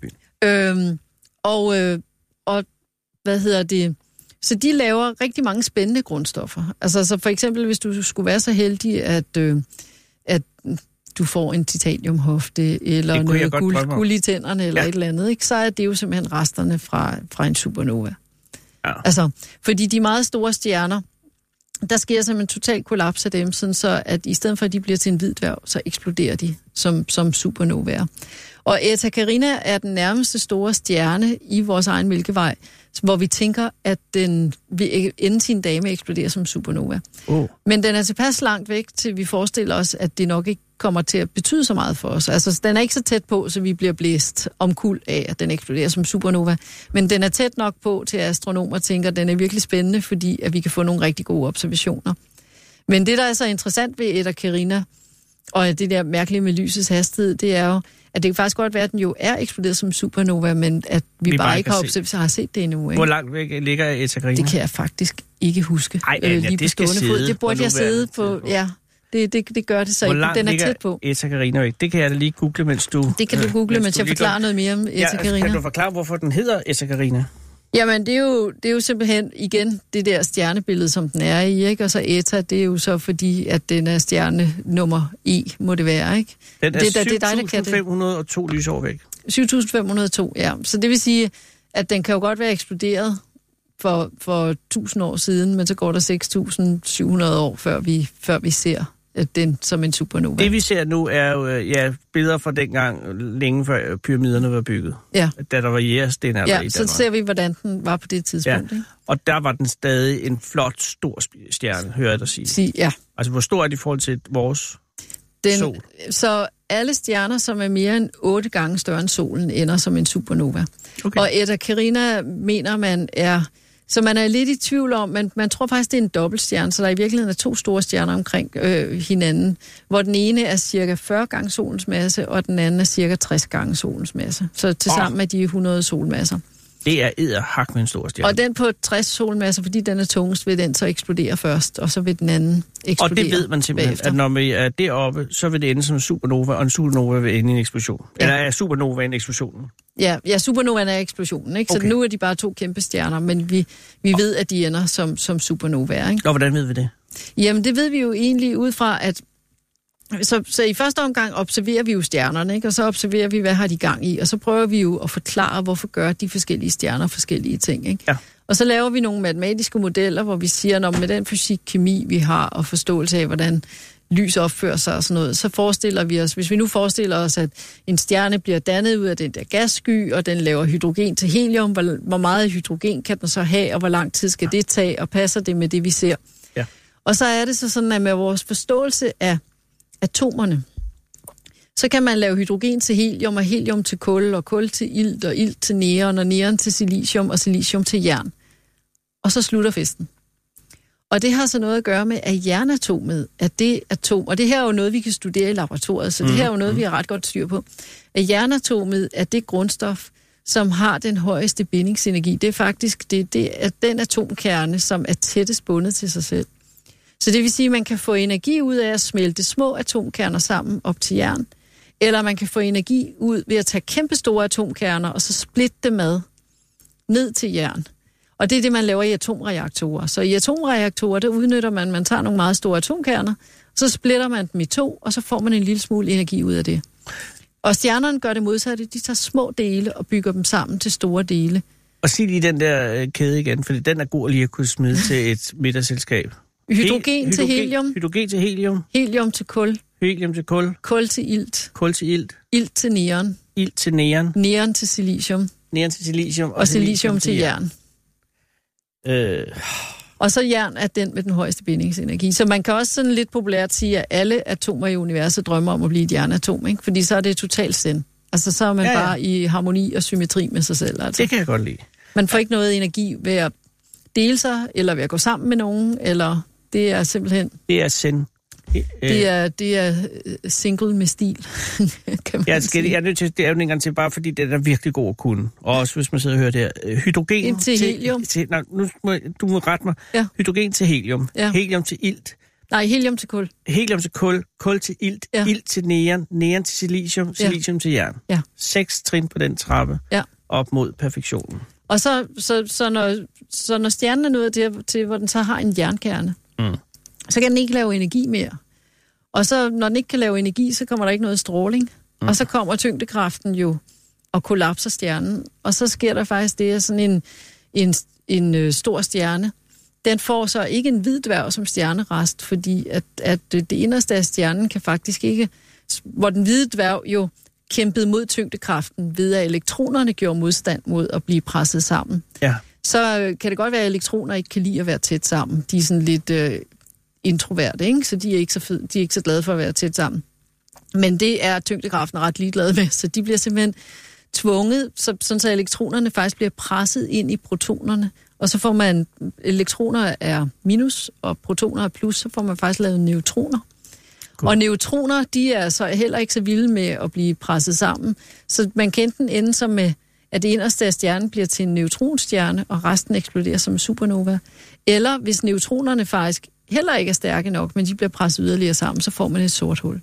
Og hvad hedder det? Så de laver rigtig mange spændende grundstoffer. Altså så for eksempel, hvis du skulle være så heldig, at du får en titaniumhofte, eller noget guld i tænderne, eller et eller andet, ikke? Så er det jo simpelthen resterne fra en supernova. Ja. Altså, fordi de meget store stjerner, der sker simpelthen total kollaps af dem, sådan så at i stedet for, at de bliver til en hvid dværg, så eksploderer de som supernovaer. Og Eta Carina er den nærmeste store stjerne i vores egen Mælkevej, hvor vi tænker, at den vil ende sin dame eksplodere som supernova. Men den er tilpas langt væk, til vi forestiller os, at det nok ikke kommer til at betyde så meget for os. Altså, den er ikke så tæt på, så vi bliver blæst omkuld af, at den eksploderer som supernova. Men den er tæt nok på, til at astronomer tænker, at den er virkelig spændende, fordi at vi kan få nogle rigtig gode observationer. Men det, der er så interessant ved Eta Carina, og det der mærkelige med lysets hastighed, det er jo, at det kan faktisk godt være, at den jo er eksploderet som supernova, men at vi bare ikke har set det endnu. Ikke? Hvor langt væk ligger Eta Carina? Det kan jeg faktisk ikke huske. Lige det skal sidde. Det burde jeg sidde på, ja. Det gør det så ikke. Den er tæt på. Eta Carina væk? Det kan jeg da lige google, mens du... Det kan du google, mens jeg forklarer noget mere om Eta Carina. Kan du forklare, hvorfor den hedder Eta Carina? Jamen, det er jo simpelthen igen det der stjernebillede, som den er i, ikke? Og så Eta, det er jo så fordi, at den er stjerne nummer E, må det være, ikke? Den er 7.502 lysår væk. 7.502, ja. Så det vil sige, at den kan jo godt være eksploderet for 1000 år siden, men så går der 6.700 år, før vi ser den som en supernova. Det vi ser nu er jo billeder fra dengang, længe før pyramiderne var bygget. Ja. Da der var jægersten i Danmark. Så ser vi, hvordan den var på det tidspunkt. Ja. Ikke? Og der var den stadig en flot, stor stjerne, hører jeg dig sige. Ja. Altså, hvor stor er det i forhold til vores sol? Så alle stjerner, som er mere end 8 gange større end solen, ender som en supernova. Okay. Og Eta Carina mener man er... Så man er lidt i tvivl om, men man tror faktisk, det er en dobbeltstjerne, så der i virkeligheden er 2 store stjerner omkring hinanden, hvor den ene er cirka 40 gange solens masse, og den anden er cirka 60 gange solens masse. Så tilsammen er de 100 solmasser. Det er edderhak med en stor stjerne. Og den på 60 solmasser, fordi den er tungest, vil den så eksplodere først, og så vil den anden eksplodere. Og det ved man simpelthen, bagefter. At når vi er deroppe, så vil det ende som en supernova, og en supernova vil ende i en eksplosion. Ja. Eller er supernovaen eksplosionen? Ja, supernovaen er eksplosionen, ikke? Okay. Så nu er de bare 2 kæmpe stjerner, men vi ved, at de ender som supernovaer, ikke? Og hvordan ved vi det? Jamen, det ved vi jo egentlig ud fra, at så i første omgang observerer vi jo stjernerne, ikke? Og så observerer vi, hvad har de gang i, og så prøver vi jo at forklare, hvorfor gør de forskellige stjerner forskellige ting, ikke? Ja. Og så laver vi nogle matematiske modeller, hvor vi siger, at med den fysik, kemi, vi har, og forståelse af, hvordan lys opfører sig og sådan noget, så forestiller vi os, hvis vi nu forestiller os, at en stjerne bliver dannet ud af den der gassky, og den laver hydrogen til helium, hvor meget hydrogen kan den så have, og hvor lang tid skal det tage, og passer det med det, vi ser? Ja. Og så er det så sådan, at med vores forståelse af atomerne, så kan man lave hydrogen til helium, og helium til kul, og kul til ilt, og ilt til neon, og neon til silicium, og silicium til jern. Og så slutter festen. Og det har så noget at gøre med, at jernatomet, at det atom, og det her er jo noget, vi kan studere i laboratoriet, så det her er jo noget, vi har ret godt styr på, at jernatomet er det grundstof, som har den højeste bindingsenergi. Det er faktisk det er den atomkerne, som er tættest bundet til sig selv. Så det vil sige, at man kan få energi ud af at smelte små atomkerner sammen op til jern, eller man kan få energi ud ved at tage kæmpestore atomkerner, og så splitte dem ned til jern. Og det er det, man laver i atomreaktorer. Så i atomreaktorer, der udnytter man tager nogle meget store atomkerner, så splitter man dem i 2, og så får man en lille smule energi ud af det. Og stjernerne gør det modsatte. De tager små dele og bygger dem sammen til store dele. Og sig lige den der kæde igen, for den er god lige at kunne smide til et middagsselskab. Hydrogen til helium. Hydrogen til helium. Helium til kul. Helium til kul. Kul til ilt. Kul til ilt. Ilt til neon. Ilt til neon. Neon til silicium. Neon til silicium. Og silicium til jern. Og så jern er den med den højeste bindingsenergi. Så man kan også sådan lidt populært sige, at alle atomer i universet drømmer om at blive et jernatom, ikke? Fordi så er det totalt sind. Altså så er man bare i harmoni og symmetri med sig selv. Altså. Det kan jeg godt lide. Man får ikke noget energi ved at dele sig, eller ved at gå sammen med nogen, eller det er simpelthen... Det er sind. Det er single med stil, kan man sige. Jeg er nødt til det er jo en gang til, bare fordi det er virkelig god at kunne. Og også hvis man sidder og hører det her. Hydrogen til helium. Du må rette mig. Ja. Hydrogen til helium. Ja. Helium til ilt. Nej, helium til kul. Helium til kul. Kul til ilt. Ja. Ilt til neon. Neon til silicium. Silicium til jern. Ja. 6 trin på den trappe. Ja. Op mod perfektionen. Og så når stjernen er nået til, hvor den så har en jernkerne, så kan den ikke lave energi mere. Og så, når den ikke kan lave energi, så kommer der ikke noget stråling. Og så kommer tyngdekraften jo og kollapser stjernen. Og så sker der faktisk det, at sådan en stor stjerne, den får så ikke en hvid dværg som stjernerest, fordi at det inderste af stjernen kan faktisk ikke, hvor den hvide dværg jo kæmpede mod tyngdekraften ved, at elektronerne gjorde modstand mod at blive presset sammen. Ja. Så kan det godt være, at elektroner ikke kan lide at være tæt sammen. De er sådan lidt introverte, ikke? Så de er ikke så glade for at være tæt sammen. Men det er tyngdekraften ret ligeglade med, så de bliver simpelthen tvunget, sådan så elektronerne faktisk bliver presset ind i protonerne, og så får man, elektroner er minus, og protoner er plus, så får man faktisk lavet neutroner. Cool. Og neutroner, de er så heller ikke så vilde med at blive presset sammen, så man kan enten ende som med, at det inderste af stjernen bliver til en neutronstjerne, og resten eksploderer som en supernova. Eller hvis neutronerne faktisk heller ikke er stærke nok, men de bliver presset yderligere sammen, så får man et sort hul.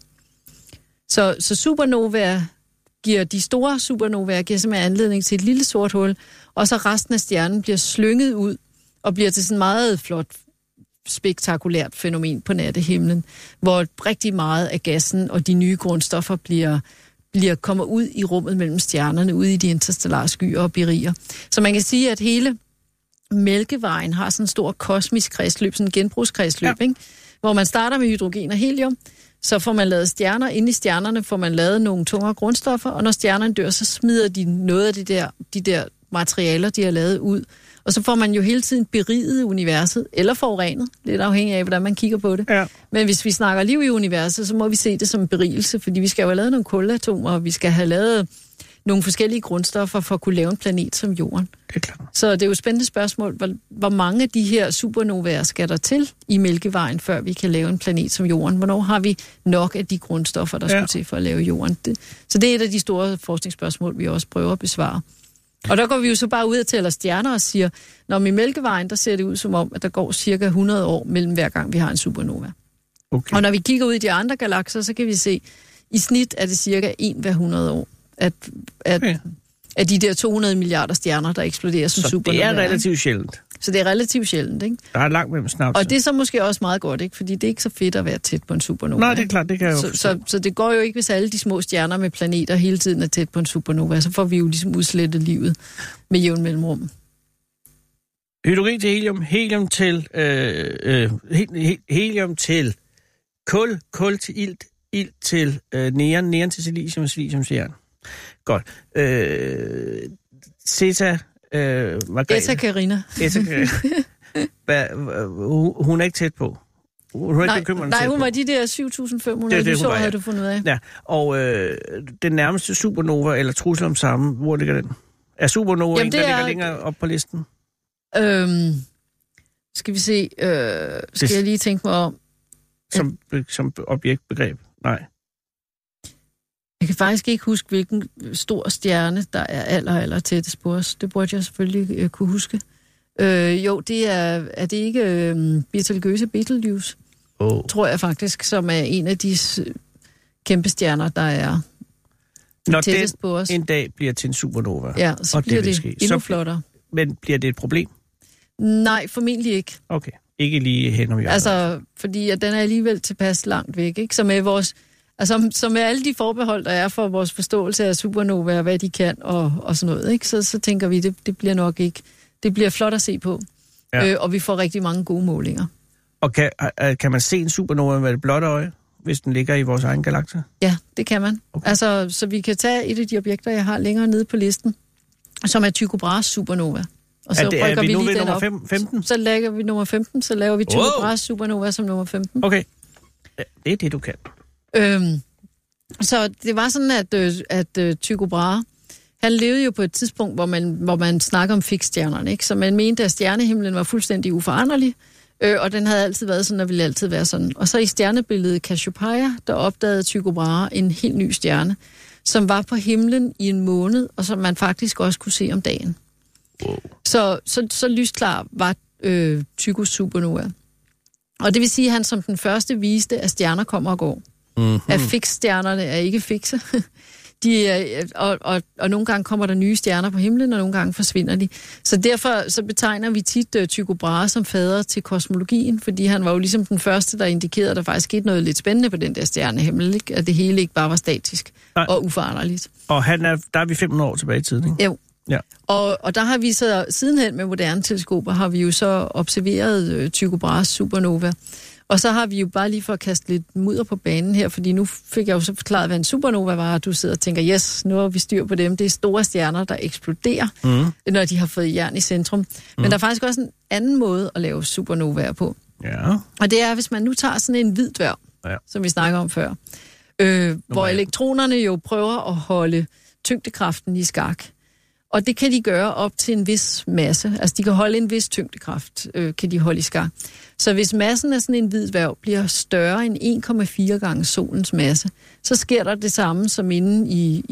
Så supernovaer de store supernovaer giver simpelthen anledning til et lille sort hul, og så resten af stjernen bliver slynget ud, og bliver til sådan meget flot, spektakulært fænomen på nattehimlen, hvor rigtig meget af gassen og de nye grundstoffer kommer ud i rummet mellem stjernerne, ud i de interstellare skyer og berier. Så man kan sige, at hele Mælkevejen har sådan en stor kosmisk kredsløb, sådan en genbrugskredsløb, ikke? Hvor man starter med hydrogen og helium, så får man lavet stjerner, inde i stjernerne får man lavet nogle tungere grundstoffer, og når stjernerne dør, så smider de noget af de der materialer, de har lavet ud. Og så får man jo hele tiden beriget universet, eller forurenet, lidt afhængig af, hvordan man kigger på det. Ja. Men hvis vi snakker liv i universet, så må vi se det som berigelse, fordi vi skal jo have lavet nogle kulatomer, og vi skal have lavet nogle forskellige grundstoffer for at kunne lave en planet som Jorden. Det er klart. Så det er jo et spændende spørgsmål, hvor mange af de her supernovaer skal der til i Mælkevejen, før vi kan lave en planet som Jorden? Hvornår har vi nok af de grundstoffer, der skulle til for at lave Jorden? Så det er et af de store forskningsspørgsmål, vi også prøver at besvare. Og der går vi jo så bare ud og tæller stjerner og siger, når i Mælkevejen, der ser det ud som om, at der går cirka 100 år mellem hver gang, vi har en supernova. Okay. Og når vi kigger ud i de andre galakser, så kan vi se, i snit er det cirka 1 hver 100 år. At de der 200 milliarder stjerner, der eksploderer som supernovaer. Så det er relativt sjældent. Så det er relativt sjældent, ikke? Der er langt mellem snaps. Og det er så måske også meget godt, ikke? Fordi det er ikke så fedt at være tæt på en supernova. Nej, det er klart, det kan jeg jo så det går jo ikke, hvis alle de små stjerner med planeter hele tiden er tæt på en supernova. Så får vi jo ligesom udslettet livet med jævn mellemrum. Hydrogen til helium, helium til Kul til ilt til neon til silicium, silicium til jern. Godt. Margrethe. Etta Carina. Hun er ikke tæt på. Hun var de der 7.500 lysår, havde du fundet ud af. Ja, og den nærmeste supernova, eller trussel om samme, hvor ligger den? Er supernova en, der ligger længere op på listen? Skal vi se. Skal jeg lige tænke mig om? Som objektbegreb? Nej. Jeg kan faktisk ikke huske, hvilken stor stjerne, der er aller tættest på os. Det burde jeg selvfølgelig kunne huske. Jo, det er det ikke Betelgeuse, tror jeg faktisk, som er en af de kæmpe stjerner, der er tættest på os. Når en dag bliver til en supernova, ja, så bliver det endnu flottere. Men bliver det et problem? Nej, formentlig ikke. Okay, ikke lige hen om hjørnet. Altså, fordi at den er alligevel tilpas langt væk, ikke? Så med vores... Altså, så med alle de forbehold, der er for vores forståelse af supernova og hvad de kan og sådan noget, ikke? Så tænker vi, det bliver nok ikke... Det bliver flot at se på, og vi får rigtig mange gode målinger. Og kan man se en supernova med et blåt øje, hvis den ligger i vores egen galakse? Ja, det kan man. Okay. Altså, så vi kan tage et af de objekter, jeg har længere nede på listen, som er Tycho Brahes supernova. Og så er vi nu ved nummer 15? Så lægger vi nummer 15, så laver vi Tycho Brahes supernova som nummer 15. Okay, det er det, du kan. Så det var sådan, at Tycho Brahe, han levede jo på et tidspunkt, hvor man snakker om fiksstjernerne, ikke? Så man mente, at stjernehimlen var fuldstændig uforanderlig, og den havde altid været sådan, og ville altid være sådan. Og så i stjernebilledet Cassiopeia, der opdagede Tycho Brahe en helt ny stjerne, som var på himlen i en måned, og som man faktisk også kunne se om dagen. Wow. Så lysklar var Tychos supernova. Og det vil sige, at han som den første viste, at stjerner kommer og går. Mm-hmm. At fiksstjernerne er ikke fikse. Og nogle gange kommer der nye stjerner på himlen, og nogle gange forsvinder de. Så derfor så betegner vi tit Tycho Brahe som fader til kosmologien, fordi han var jo ligesom den første, der indikerede, at der faktisk skete noget lidt spændende på den der stjernehimmel, ikke? At det hele ikke bare var statisk og uforanderligt. Og der er vi 500 år tilbage i tiden, ikke? Jo. Ja. Og der har vi så, sidenhen med moderne teleskoper, har vi jo så observeret Tycho Brahes supernova. Og så har vi jo bare lige for at kaste lidt mudder på banen her, fordi nu fik jeg jo så forklaret, hvad en supernova var, og du sidder og tænker, yes, nu har vi styr på dem. Det er store stjerner, der eksploderer, når de har fået jern i centrum. Men der er faktisk også en anden måde at lave supernovaer på. Ja. Og det er, hvis man nu tager sådan en hvid dværg, som vi snakker om før, hvor elektronerne jo prøver at holde tyngdekraften i skak. Og det kan de gøre op til en vis masse. Altså, de kan holde en vis tyngdekraft, kan de holde i skak. Så hvis massen af sådan en hvid dværg bliver større end 1,4 gange solens masse, så sker der det samme som inde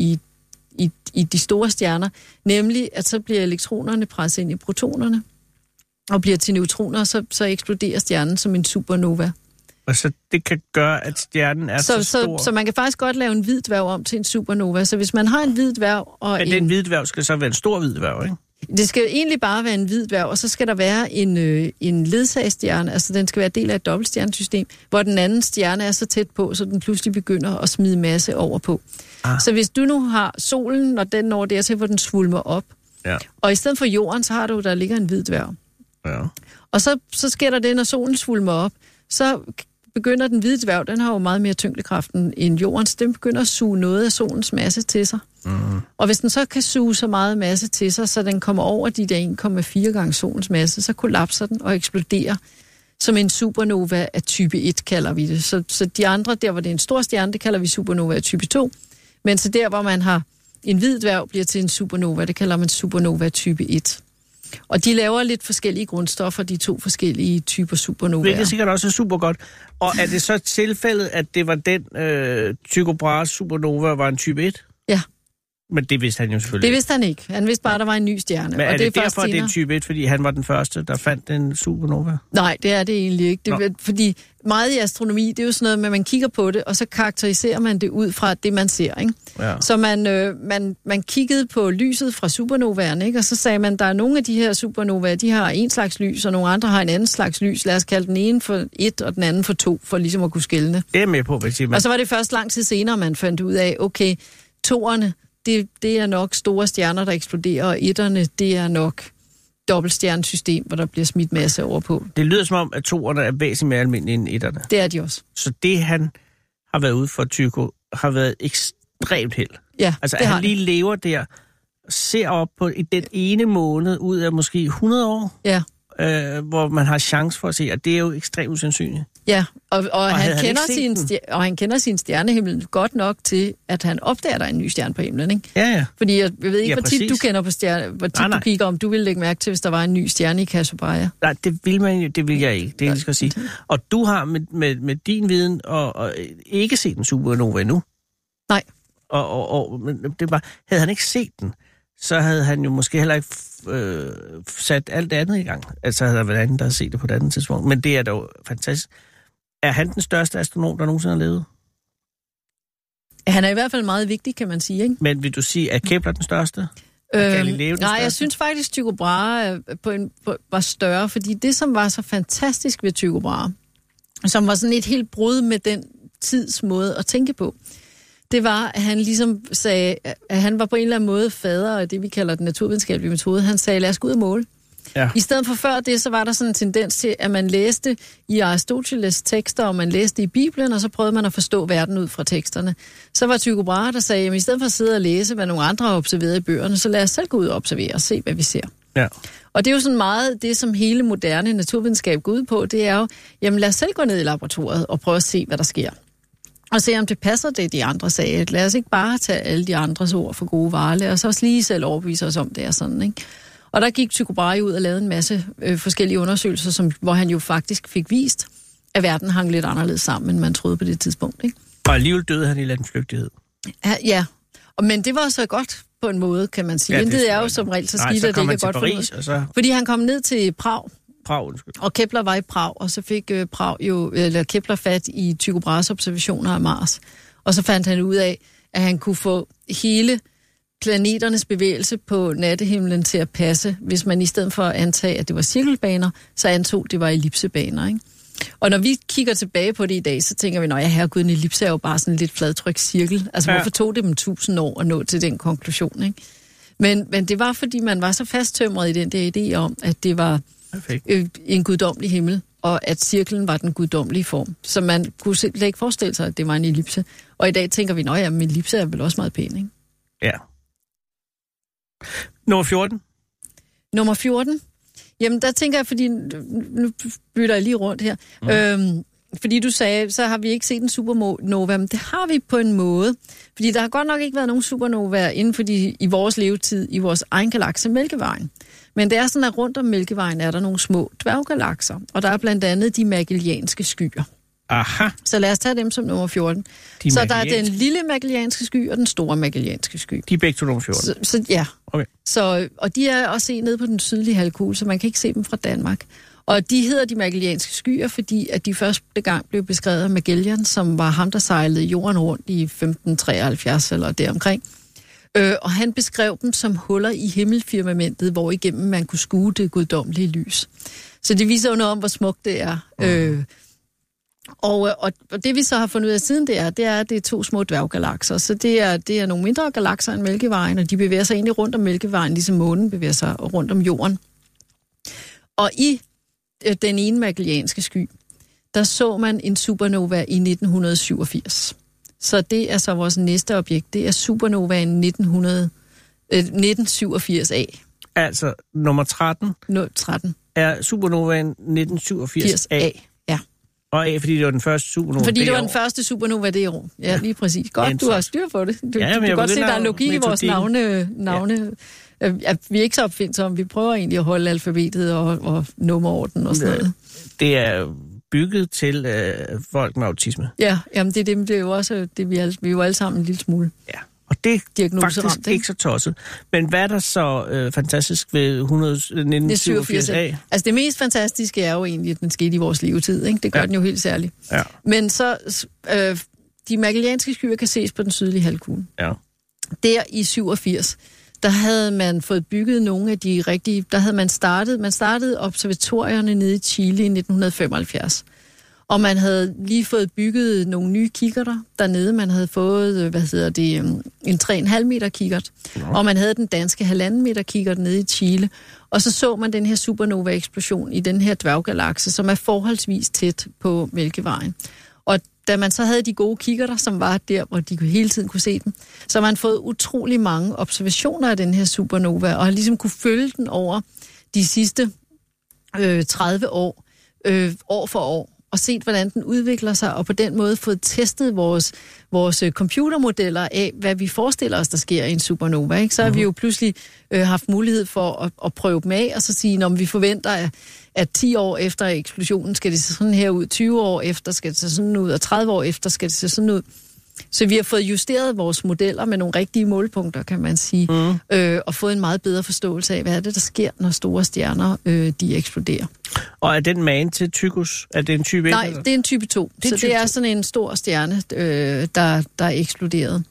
i de store stjerner, nemlig at så bliver elektronerne presset ind i protonerne, og bliver til neutroner, så eksploderer stjernen som en supernova. Og så det kan gøre, at stjernen er så stor. Så man kan faktisk godt lave en hvid dværg om til en supernova. Så hvis man har en hvid dværg og men den hvide dværg skal så være en stor hvid dværg, ikke? Det skal egentlig bare være en hvid dværg, og så skal der være en ledsagsstjerne, altså den skal være del af et dobbeltstjernesystem, hvor den anden stjerne er så tæt på, så den pludselig begynder at smide masse over på. Så hvis du nu har solen, når den når dertil, hvor den svulmer op, og i stedet for jorden, så har du, der ligger en hvid dværg. Ja. Og så sker der det, når solen svulmer op, så begynder den hvide dværg, den har jo meget mere tyngdekraft end jordens, den begynder at suge noget af solens masse til sig. Mm. Og hvis den så kan suge så meget masse til sig, så den kommer over de der 1,4 gange solens masse, så kollapser den og eksploderer som en supernova af type 1, kalder vi det. Så de andre, der hvor det er en stor stjerne, det kalder vi supernova af type 2. Men så der, hvor man har en hvid dværg, bliver til en supernova, det kalder man supernova af type 1. Og de laver lidt forskellige grundstoffer, de to forskellige typer supernovaer. Hvilket sikkert også er super godt. Og er det så tilfældet, at det var den Tycho Brahes supernova var en type 1? Ja. Men det vidste han jo selvfølgelig. Det vidste han ikke. Han vidste bare, at der var en ny stjerne. Men er og det derfor, det er type 1, fordi han var den første, der fandt en supernova? Nej, det er det egentlig ikke. Det, fordi meget i astronomi, det er jo sådan noget med, at man kigger på det, og så karakteriserer man det ud fra det, man ser, ikke? Ja. Så man kiggede på lyset fra supernovaerne, ikke? Og så sagde man, der er nogle af de her supernovaer, de har en slags lys, og nogle andre har en anden slags lys. Lad os kalde den ene for 1, og den anden for 2, for ligesom at kunne skelne. Det er med på, hvad siger man. Og så var det først lang tid senere, man fandt ud af, okay, 2'erne, det er nok store stjerner, der eksploderer, og 1'erne, det er nok dobbeltstjernesystem, hvor der bliver smidt masse over på. Det lyder som om, at toerne er væsentligt mere almindelige end etterne. Det er de også. Så det, han har været ude for, Tycho, har været ekstremt held. Ja, altså, at han lige lever der, ser op på i den ene måned ud af måske 100 år, ja. Hvor man har chance for at se, og det er jo ekstremt usandsynligt. Ja, og han kender sin stjernehimmel godt nok til, at han opdager, der er en ny stjerne på himlen, ikke? Ja, ja. Fordi jeg ved ikke, hvor tit du kender på stjerne, hvor tit du kigger om, du vil lægge mærke til, hvis der var en ny stjerne i Kasubaya. Nej, det vil jeg ikke, det skal jeg sige. Og du har med din viden og ikke set en supernova endnu. Nej. Men det var, havde han ikke set den, så havde han jo måske heller ikke sat alt det andet i gang. Altså havde der været andet, der havde set det på et andet tidspunkt. Men det er dog fantastisk. Er han den største astronom, der nogensinde har levet? Han er i hvert fald meget vigtig, kan man sige, ikke? Men vil du sige, er Kepler den største? Galileo den største? Jeg synes faktisk, Tycho Brahe var større, fordi det, som var så fantastisk ved Tycho Brahe, som var sådan et helt brud med den tids måde at tænke på, det var, at han ligesom sagde, at han var på en eller anden måde fader af det, vi kalder den naturvidenskabelige metode. Han sagde, lad os gå ud og måle. Ja. I stedet for før det, så var der sådan en tendens til, at man læste i Aristoteles tekster, og man læste i Bibelen, og så prøvede man at forstå verden ud fra teksterne. Så var Tycho Brahe, der sagde, at i stedet for at sidde og læse, hvad nogle andre har observeret i bøgerne, så lad os selv gå ud og observere og se, hvad vi ser. Ja. Og det er jo sådan meget det, som hele moderne naturvidenskab går ud på, det er jo, jamen lad os selv gå ned i laboratoriet og prøve at se, hvad der sker. Og se, om det passer det, de andre sagde. Lad os ikke bare tage alle de andres ord for gode varer. Lad os også lige selv overbevise os om, det er sådan, ikke? Og der gik Tycho Brahe ud og lavede en masse forskellige undersøgelser, hvor han jo faktisk fik vist, at verden hang lidt anderledes sammen, end man troede på det tidspunkt, ikke? Og alligevel døde han i landflygtighed. Ja. Men det var så godt på en måde, kan man sige. Ja, det er jo som regel så skidt, at det ikke er godt Paris, for noget. Fordi han kom ned til Prag. Og Kepler var i Prag, og så fik Kepler fat i Tycho Brahes observationer af Mars. Og så fandt han ud af, at han kunne få hele planeternes bevægelse på nattehimlen til at passe, hvis man i stedet for at antage, at det var cirkelbaner, så antog, det var ellipsebaner, ikke? Og når vi kigger tilbage på det i dag, så tænker vi, at herregud, en ellipse er jo bare sådan en lidt fladtryk cirkel. Altså, hvorfor tog det dem 1000 år at nå til den konklusion, ikke? Men det var, fordi man var så fasttømret i den der idé om, at det var en guddommelig himmel, og at cirklen var den guddommelige form. Så man kunne slet ikke forestille sig, at det var en ellipse. Og i dag tænker vi, men en ellipse er vel også meget pæn, ikke? Ja. Nummer 14? Nummer 14? Jamen, der tænker jeg, fordi nu bytter jeg lige rundt her. Fordi du sagde, så har vi ikke set en supernova, men det har vi på en måde. Fordi der har godt nok ikke været nogen supernovaer inden for i vores levetid, i vores egen galakse Mælkevejen. Men det er sådan, at rundt om Mælkevejen er der nogle små dværggalakser, og der er blandt andet de Magellanske skyer. Aha. Så lad os tage dem som nummer 14. Så der er den lille Magellanske sky og den store Magellanske sky. De er begge to nummer 14? Ja. Okay. Og de er også nede på den sydlige halvkugle, så man kan ikke se dem fra Danmark. Og de hedder de Magellanske skyer, fordi at de første gang blev beskrevet af Magellan, som var ham, der sejlede jorden rundt i 1573 eller deromkring. Og han beskrev dem som huller i himmelfirmamentet, hvor igennem man kunne skue det guddommelige lys. Så det viser jo noget om, hvor smukt det er. Og det vi så har fundet ud af siden, det er, at det er to små dværggalakser. Så det er nogle mindre galakser end Mælkevejen, og de bevæger sig egentlig rundt om Mælkevejen, ligesom månen bevæger sig rundt om jorden. Og i den ene Magellanske sky, der så man en supernova i 1987. Så det er så vores næste objekt. Det er supernovaen 1987A. Altså nummer 13? 13. Er supernovaen 1987A? Ja. Og A, fordi det var den første supernova. Fordi det var den første supernova det år. Ja, lige præcis. Godt, du har styr på det. Du kan godt se, der er logi i vores navne. Ja. Vi er ikke så opfindsomme. Vi prøver egentlig at holde alfabetet og nummerorden og sådan noget. Det er bygget til folk med autisme. Ja, jamen det er jo også det, vi er jo alle sammen en lille smule. Ja, og det er faktisk ikke så tosset. Men hvad er der så fantastisk ved 1987A? Altså det mest fantastiske er jo egentlig, at den skete i vores levetid, ikke? Det gør den jo helt særligt. Ja. Men så de Magellanske skyer kan ses på den sydlige halvkugle. Ja. Der i 87, der havde man fået bygget nogle af de rigtige, der havde man startede observatorierne nede i Chile i 1975. Og man havde lige fået bygget nogle nye kikkerter dernede. Man havde fået, en 3,5 meter kikkert. Ja. Og man havde den danske 1,5 meter kikkert nede i Chile. Og så man den her supernova-eksplosion i den her dværggalakse, som er forholdsvis tæt på Mælkevejen. Og da man så havde de gode kikkerter, som var der, hvor de hele tiden kunne se den, så har man fået utrolig mange observationer af den her supernova, og har ligesom kunne følge den over de sidste 30 år, år for år, og set, hvordan den udvikler sig, og på den måde fået testet vores computermodeller af, hvad vi forestiller os, der sker i en supernova. Ikke? Så har vi jo pludselig haft mulighed for at prøve dem af, og så sige, når vi forventer, at 10 år efter eksplosionen skal det se sådan her ud, 20 år efter skal det se sådan ud, og 30 år efter skal det se sådan ud. Så vi har fået justeret vores modeller med nogle rigtige målpunkter, kan man sige, og fået en meget bedre forståelse af, hvad er det, der sker, når store stjerner de eksploderer. Og er den magen til Tychus? Er det en type 1? Nej, det er en type 2. Det er sådan en stor stjerne, der er eksploderet.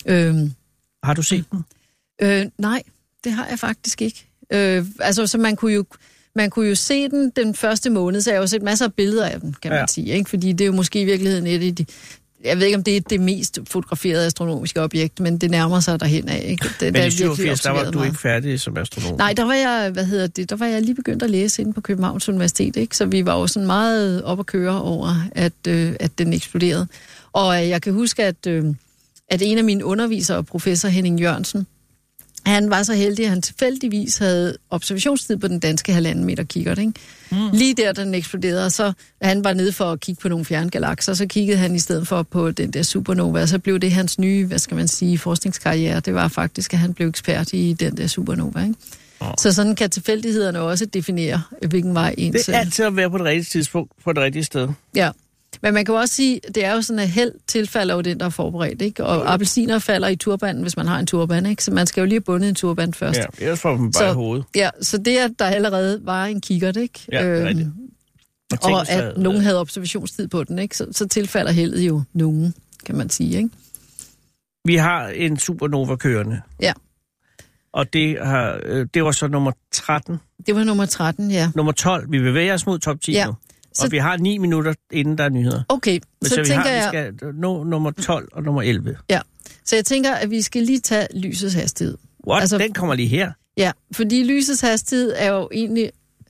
Har du set den? Nej, det har jeg faktisk ikke. Så man kunne jo se den første måned, så jeg har jo set masser af billeder af den, kan man sige. Ikke? Fordi det er jo måske i virkeligheden et af de... Jeg ved ikke, om det er det mest fotograferede astronomiske objekt, men det nærmer sig derhen af. Ikke? Men i 87, der var du ikke færdig som astronom? Nej, der var jeg lige begyndt at læse inde på Københavns Universitet, ikke? Så vi var jo sådan meget op at køre over, at den eksploderede. Og jeg kan huske, at en af mine undervisere, professor Henning Jørgensen, han var så heldig, at han tilfældigvis havde observationstid på den danske 1,5 meter kikkert, ikke? Lige der, den eksploderede, så han var nede for at kigge på nogle fjerne galakser, så kiggede han i stedet for på den der supernova, og så blev det hans nye, forskningskarriere. Det var faktisk, at han blev ekspert i den der supernova, ikke? Så sådan kan tilfældighederne også definere, hvilken vej ens... Det er altid at være på det rigtige tidspunkt, på det rigtige sted. Ja. Men man kan jo også sige, det er jo sådan, at held tilfalder jo den, der er forberedt, ikke? Og appelsiner falder i turbanen, hvis man har en turban, ikke? Så man skal jo lige have bundet en turban først. Ja, ellers får man bare i hovedet. Ja, så det, at der allerede var en kikkert, ikke? Ja, det er rigtigt. Og at nogen havde observationstid på den, ikke? Så tilfalder heldet jo nogen, kan man sige, ikke? Vi har en supernova kørende. Ja. Og det var så nummer 13. Det var nummer 13, ja. Nummer 12. Vi bevæger os mod top 10 nu. Og vi har 9 minutter, inden der er nyheder. Okay, så tænker jeg... Vi skal nå nummer 12 og nummer 11. Ja, så jeg tænker, at vi skal lige tage lysets hastighed. What? Altså, den kommer lige her? Ja, fordi lysets hastighed er jo egentlig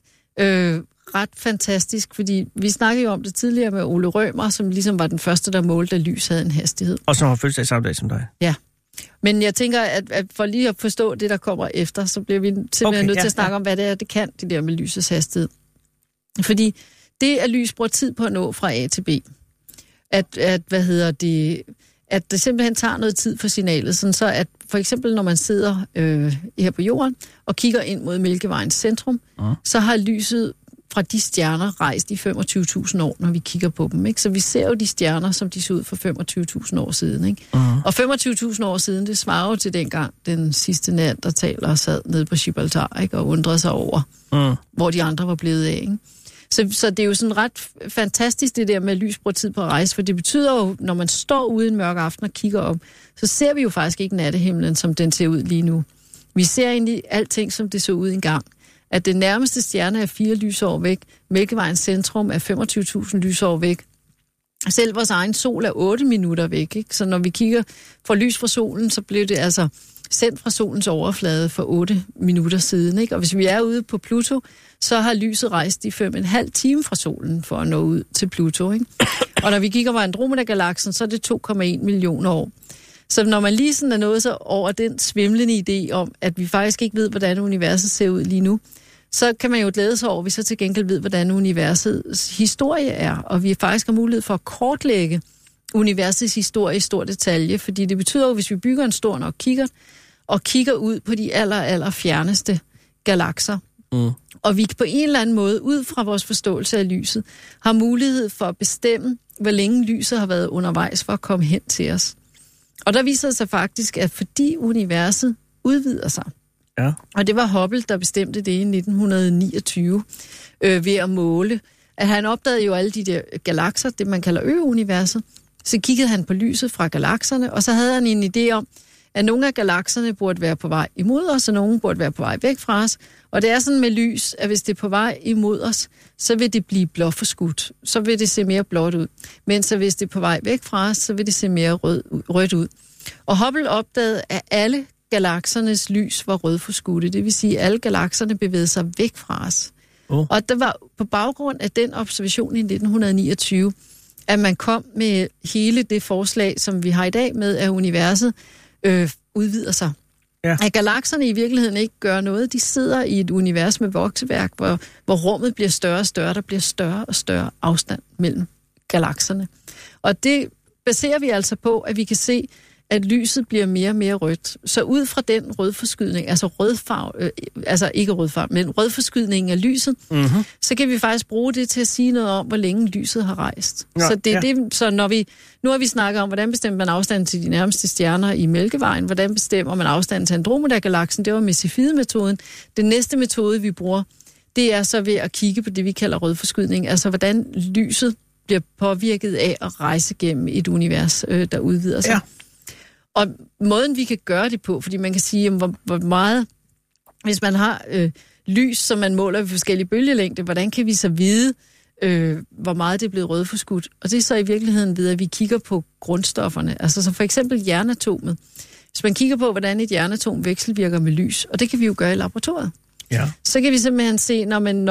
ret fantastisk, fordi vi snakkede jo om det tidligere med Ole Rømer, som ligesom var den første, der målte, at lys havde en hastighed. Og som har fødselsdag samme dag som dig. Ja. Men jeg tænker, at for lige at forstå det, der kommer efter, så bliver vi simpelthen nødt til at snakke om, hvad det er, det kan, det der med lysets hastighed. Fordi det, at lys bruger tid på at nå fra A til B, at det simpelthen tager noget tid for signalet, sådan så at for eksempel, når man sidder her på jorden og kigger ind mod Mælkevejens centrum, så har lyset fra de stjerner rejst i 25.000 år, når vi kigger på dem, ikke? Så vi ser jo de stjerner, som de så ud for 25.000 år siden, ikke? Og 25.000 år siden, det svarer jo til dengang den sidste neandertaler og sad nede på Gibraltar, ikke? Og undrede sig over, hvor de andre var blevet af, ikke? Så det er jo sådan ret fantastisk, det der med lys bruger tid på at rejse, for det betyder jo, når man står ude en mørk aften og kigger op, så ser vi jo faktisk ikke nattehimlen, som den ser ud lige nu. Vi ser egentlig alting, som det så ud engang. At den nærmeste stjerne er 4 lysår væk, Mælkevejens centrum er 25.000 lysår væk. Selv vores egen sol er 8 minutter væk, ikke? Så når vi kigger for lys fra solen, så bliver det altså sendt fra solens overflade for 8 minutter siden, ikke? Og hvis vi er ude på Pluto, så har lyset rejst i 5,5 timer fra solen for at nå ud til Pluto, ikke? Og når vi kigger på Andromeda-galaksen, så er det 2,1 millioner år. Så når man lige sådan er nået sig over den svimlende idé om, at vi faktisk ikke ved, hvordan universet ser ud lige nu, så kan man jo glæde sig over, at vi så til gengæld ved, hvordan universets historie er. Og vi faktisk har mulighed for at kortlægge universets historie i stor detalje, fordi det betyder jo, hvis vi bygger en stor nok kikkert, og kigger ud på de aller fjerneste galakser, og vi på en eller anden måde, ud fra vores forståelse af lyset, har mulighed for at bestemme, hvor længe lyset har været undervejs for at komme hen til os. Og der viser det sig faktisk, at fordi universet udvider sig, og det var Hubble, der bestemte det i 1929, ved at måle, at han opdagede jo alle de der galakser, det man kalder ø-universet, så kiggede han på lyset fra galakserne, og så havde han en idé om, at nogle af galakserne burde være på vej imod os, og nogle burde være på vej væk fra os. Og det er sådan med lys, at hvis det er på vej imod os, så vil det blive blåforskudt. Så vil det se mere blåt ud. Mens hvis det er på vej væk fra os, så vil det se mere rødt ud. Og Hubble opdagede, at alle galaksernes lys var rødforskudte. Det vil sige, at alle galakserne bevægede sig væk fra os. Og det var på baggrund af den observation i 1929, at man kom med hele det forslag, som vi har i dag med, at universet udvider sig. Ja. At galakserne i virkeligheden ikke gør noget. De sidder i et univers med vokseværk, hvor rummet bliver større og større. Der bliver større og større afstand mellem galakserne. Og det baserer vi altså på, at vi kan se, at lyset bliver mere og mere rødt. Så ud fra den rødforskydning, altså rødfarve, altså ikke rødfarve, men rødforskydningen af lyset, så kan vi faktisk bruge det til at sige noget om, hvor længe lyset har rejst. Ja, så det er det, så nu har vi snakket om, hvordan bestemmer man afstanden til de nærmeste stjerner i Mælkevejen, hvordan bestemmer man afstanden til Andromeda-galaksen, det var med Cepheid-metoden. Den næste metode, vi bruger, det er så ved at kigge på det, vi kalder rødforskydning, altså hvordan lyset bliver påvirket af at rejse gennem et univers, der udvider sig. Ja. Og måden, vi kan gøre det på, fordi man kan sige, hvor meget, hvis man har lys, som man måler ved forskellige bølgelængder, hvordan kan vi så vide, hvor meget det er blevet rødforskudt? Og det er så i virkeligheden ved, at vi kigger på grundstofferne. Altså så for eksempel jernatomet. Hvis man kigger på, hvordan et jernatom vekselvirker med lys, og det kan vi jo gøre i laboratoriet, så kan vi simpelthen se,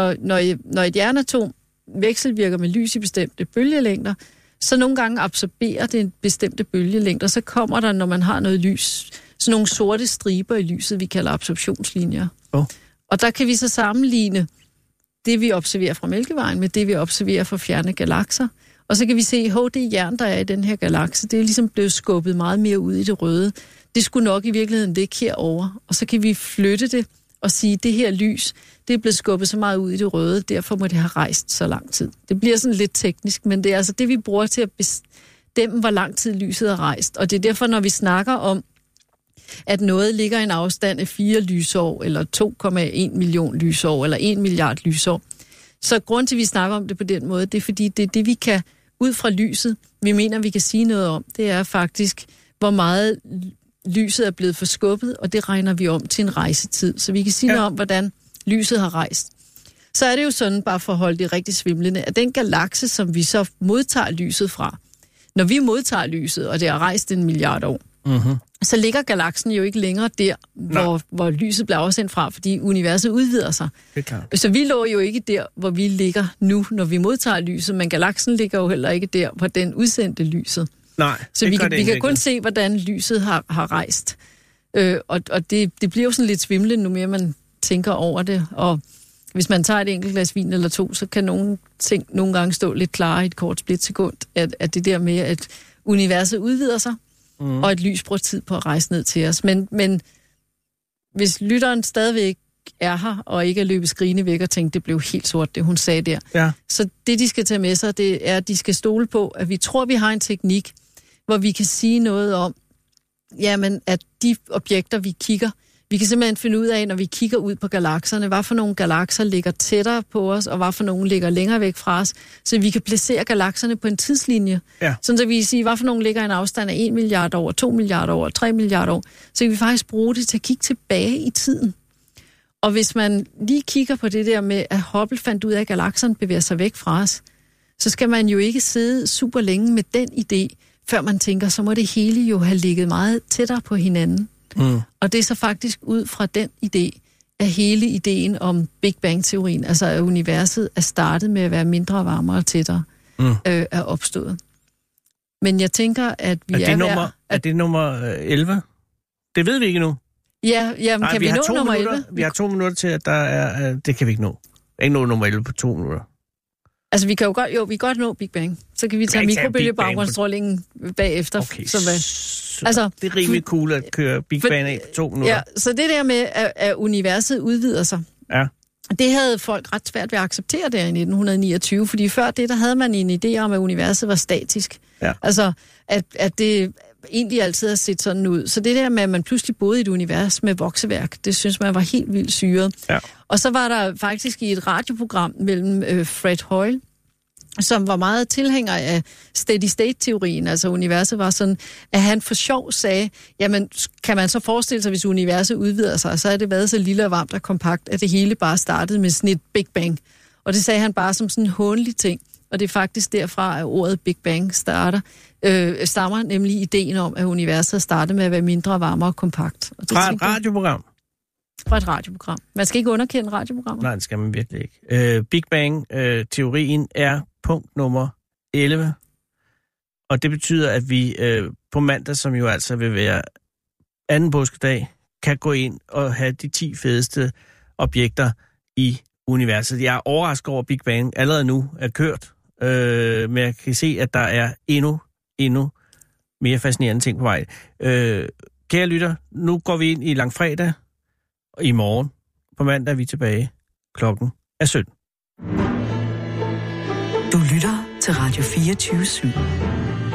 når et jernatom vekselvirker med lys i bestemte bølgelængder, så nogle gange absorberer det en bestemte bølgelængde, og så kommer der, når man har noget lys, sådan nogle sorte striber i lyset, vi kalder absorptionslinjer. Og der kan vi så sammenligne det, vi observerer fra Mælkevejen, med det, vi observerer fra fjerne galakser. Og så kan vi se, at det jern, der er i den her galakse, det er ligesom blevet skubbet meget mere ud i det røde. Det skulle nok i virkeligheden ligge herovre. Og så kan vi flytte det og sige, at det her lys, det er blevet skubbet så meget ud i det røde, derfor må det have rejst så lang tid. Det bliver sådan lidt teknisk, men det er altså det, vi bruger til at bestemme, hvor lang tid lyset er rejst. Og det er derfor, når vi snakker om, at noget ligger i en afstand af 4 lysår, eller 2,1 million lysår, eller 1 milliard lysår. Så grund til, at vi snakker om det på den måde, det er fordi, det er det, vi kan, ud fra lyset, vi mener, vi kan sige noget om, det er faktisk, hvor meget lyset er blevet forskubbet, og det regner vi om til en rejsetid. Så vi kan sige noget om, hvordan lyset har rejst. Så er det jo sådan, bare for at holde det rigtig svimlende, at den galakse, som vi så modtager lyset fra, når vi modtager lyset, og det har rejst 1 milliard år, så ligger galaksen jo ikke længere der, hvor lyset bliver afsendt fra, fordi universet udvider sig. Så vi lå jo ikke der, hvor vi ligger nu, når vi modtager lyset, men galaksen ligger jo heller ikke der, hvor den udsendte lyset. Nej, så vi kan kun se, hvordan lyset har rejst. Og det bliver jo sådan lidt svimlende, nu mere man tænker over det. Og hvis man tager et enkelt glas vin eller to, så kan nogle ting nogle gange stå lidt klare i et kort splitsekund. At det der med, at universet udvider sig, og et lys bruger tid på at rejse ned til os. Men hvis lytteren stadigvæk er her, og ikke er løbet skrigende væk og tænkt, det blev helt sort, det hun sagde der. Ja. Så det, de skal tage med sig, det er, at de skal stole på, at vi tror, vi har en teknik, hvor vi kan sige noget om, jamen, at de objekter, vi kigger, vi kan simpelthen finde ud af, når vi kigger ud på galakserne, hvad for nogle galakser ligger tættere på os, og hvad for nogle ligger længere væk fra os, så vi kan placere galakserne på en tidslinje. Ja. Sådan så vi kan sige, hvad for nogle ligger en afstand af 1 milliard år, 2 milliarder år, 3 milliarder år, så kan vi faktisk bruge det til at kigge tilbage i tiden. Og hvis man lige kigger på det der med, at Hubble fandt ud af, at galakserne bevæger sig væk fra os, så skal man jo ikke sidde super længe med den idé, før man tænker, så må det hele jo have ligget meget tættere på hinanden. Og det er så faktisk ud fra den idé, at hele ideen om Big Bang-teorien, altså at universet er startet med at være mindre, varmere og tættere, er opstået. Men jeg tænker, at vi er det nummer 11? Det ved vi ikke nu. Ja, jamen, kan vi nå nummer 11? Vi har 2 minutter til, at der er... Det kan vi ikke nå. Ikke nå nummer 11 på 2 minutter. Altså, vi kan jo godt, vi kan godt nå Big Bang. Så kan vi tage mikrobølgebaggrundsstrålingen bagefter. Okay, altså, det er rimelig cool at køre Big Bang af på 2 minutter. Ja, så det der med, at universet udvider sig, det havde folk ret svært ved at acceptere der i 1929, fordi før det, der havde man en idé om, at universet var statisk. Ja. Altså, at det egentlig altid har set sådan ud. Så det der med, at man pludselig boede i et univers med vokseværk, det synes man var helt vildt syret. Ja. Og så var der faktisk i et radioprogram mellem Fred Hoyle som var meget tilhænger af steady-state-teorien, altså universet var sådan, at han for sjov sagde, jamen kan man så forestille sig, hvis universet udvider sig, så er det været så lille og varmt og kompakt, at det hele bare startede med sådan et Big Bang. Og det sagde han bare som sådan en hånlig ting. Og det er faktisk derfra, at ordet Big Bang stammer, nemlig ideen om, at universet startede med at være mindre, varmere og kompakt. Og det fra et radioprogram? Fra et radioprogram. Man skal ikke underkende radioprogrammer. Nej, det skal man virkelig ikke. Big Bang-teorien er punkt nummer 11. Og det betyder, at vi på mandag, som jo altså vil være anden påskedag, kan gå ind og have de 10 fedeste objekter i universet. Jeg er overrasket over, Big Bang allerede nu er kørt, men jeg kan se, at der er endnu mere fascinerende ting på vej. Kære lytter, nu går vi ind i langfredag, og i morgen på mandag er vi tilbage. Klokken er 17. Du lytter til Radio 24/7.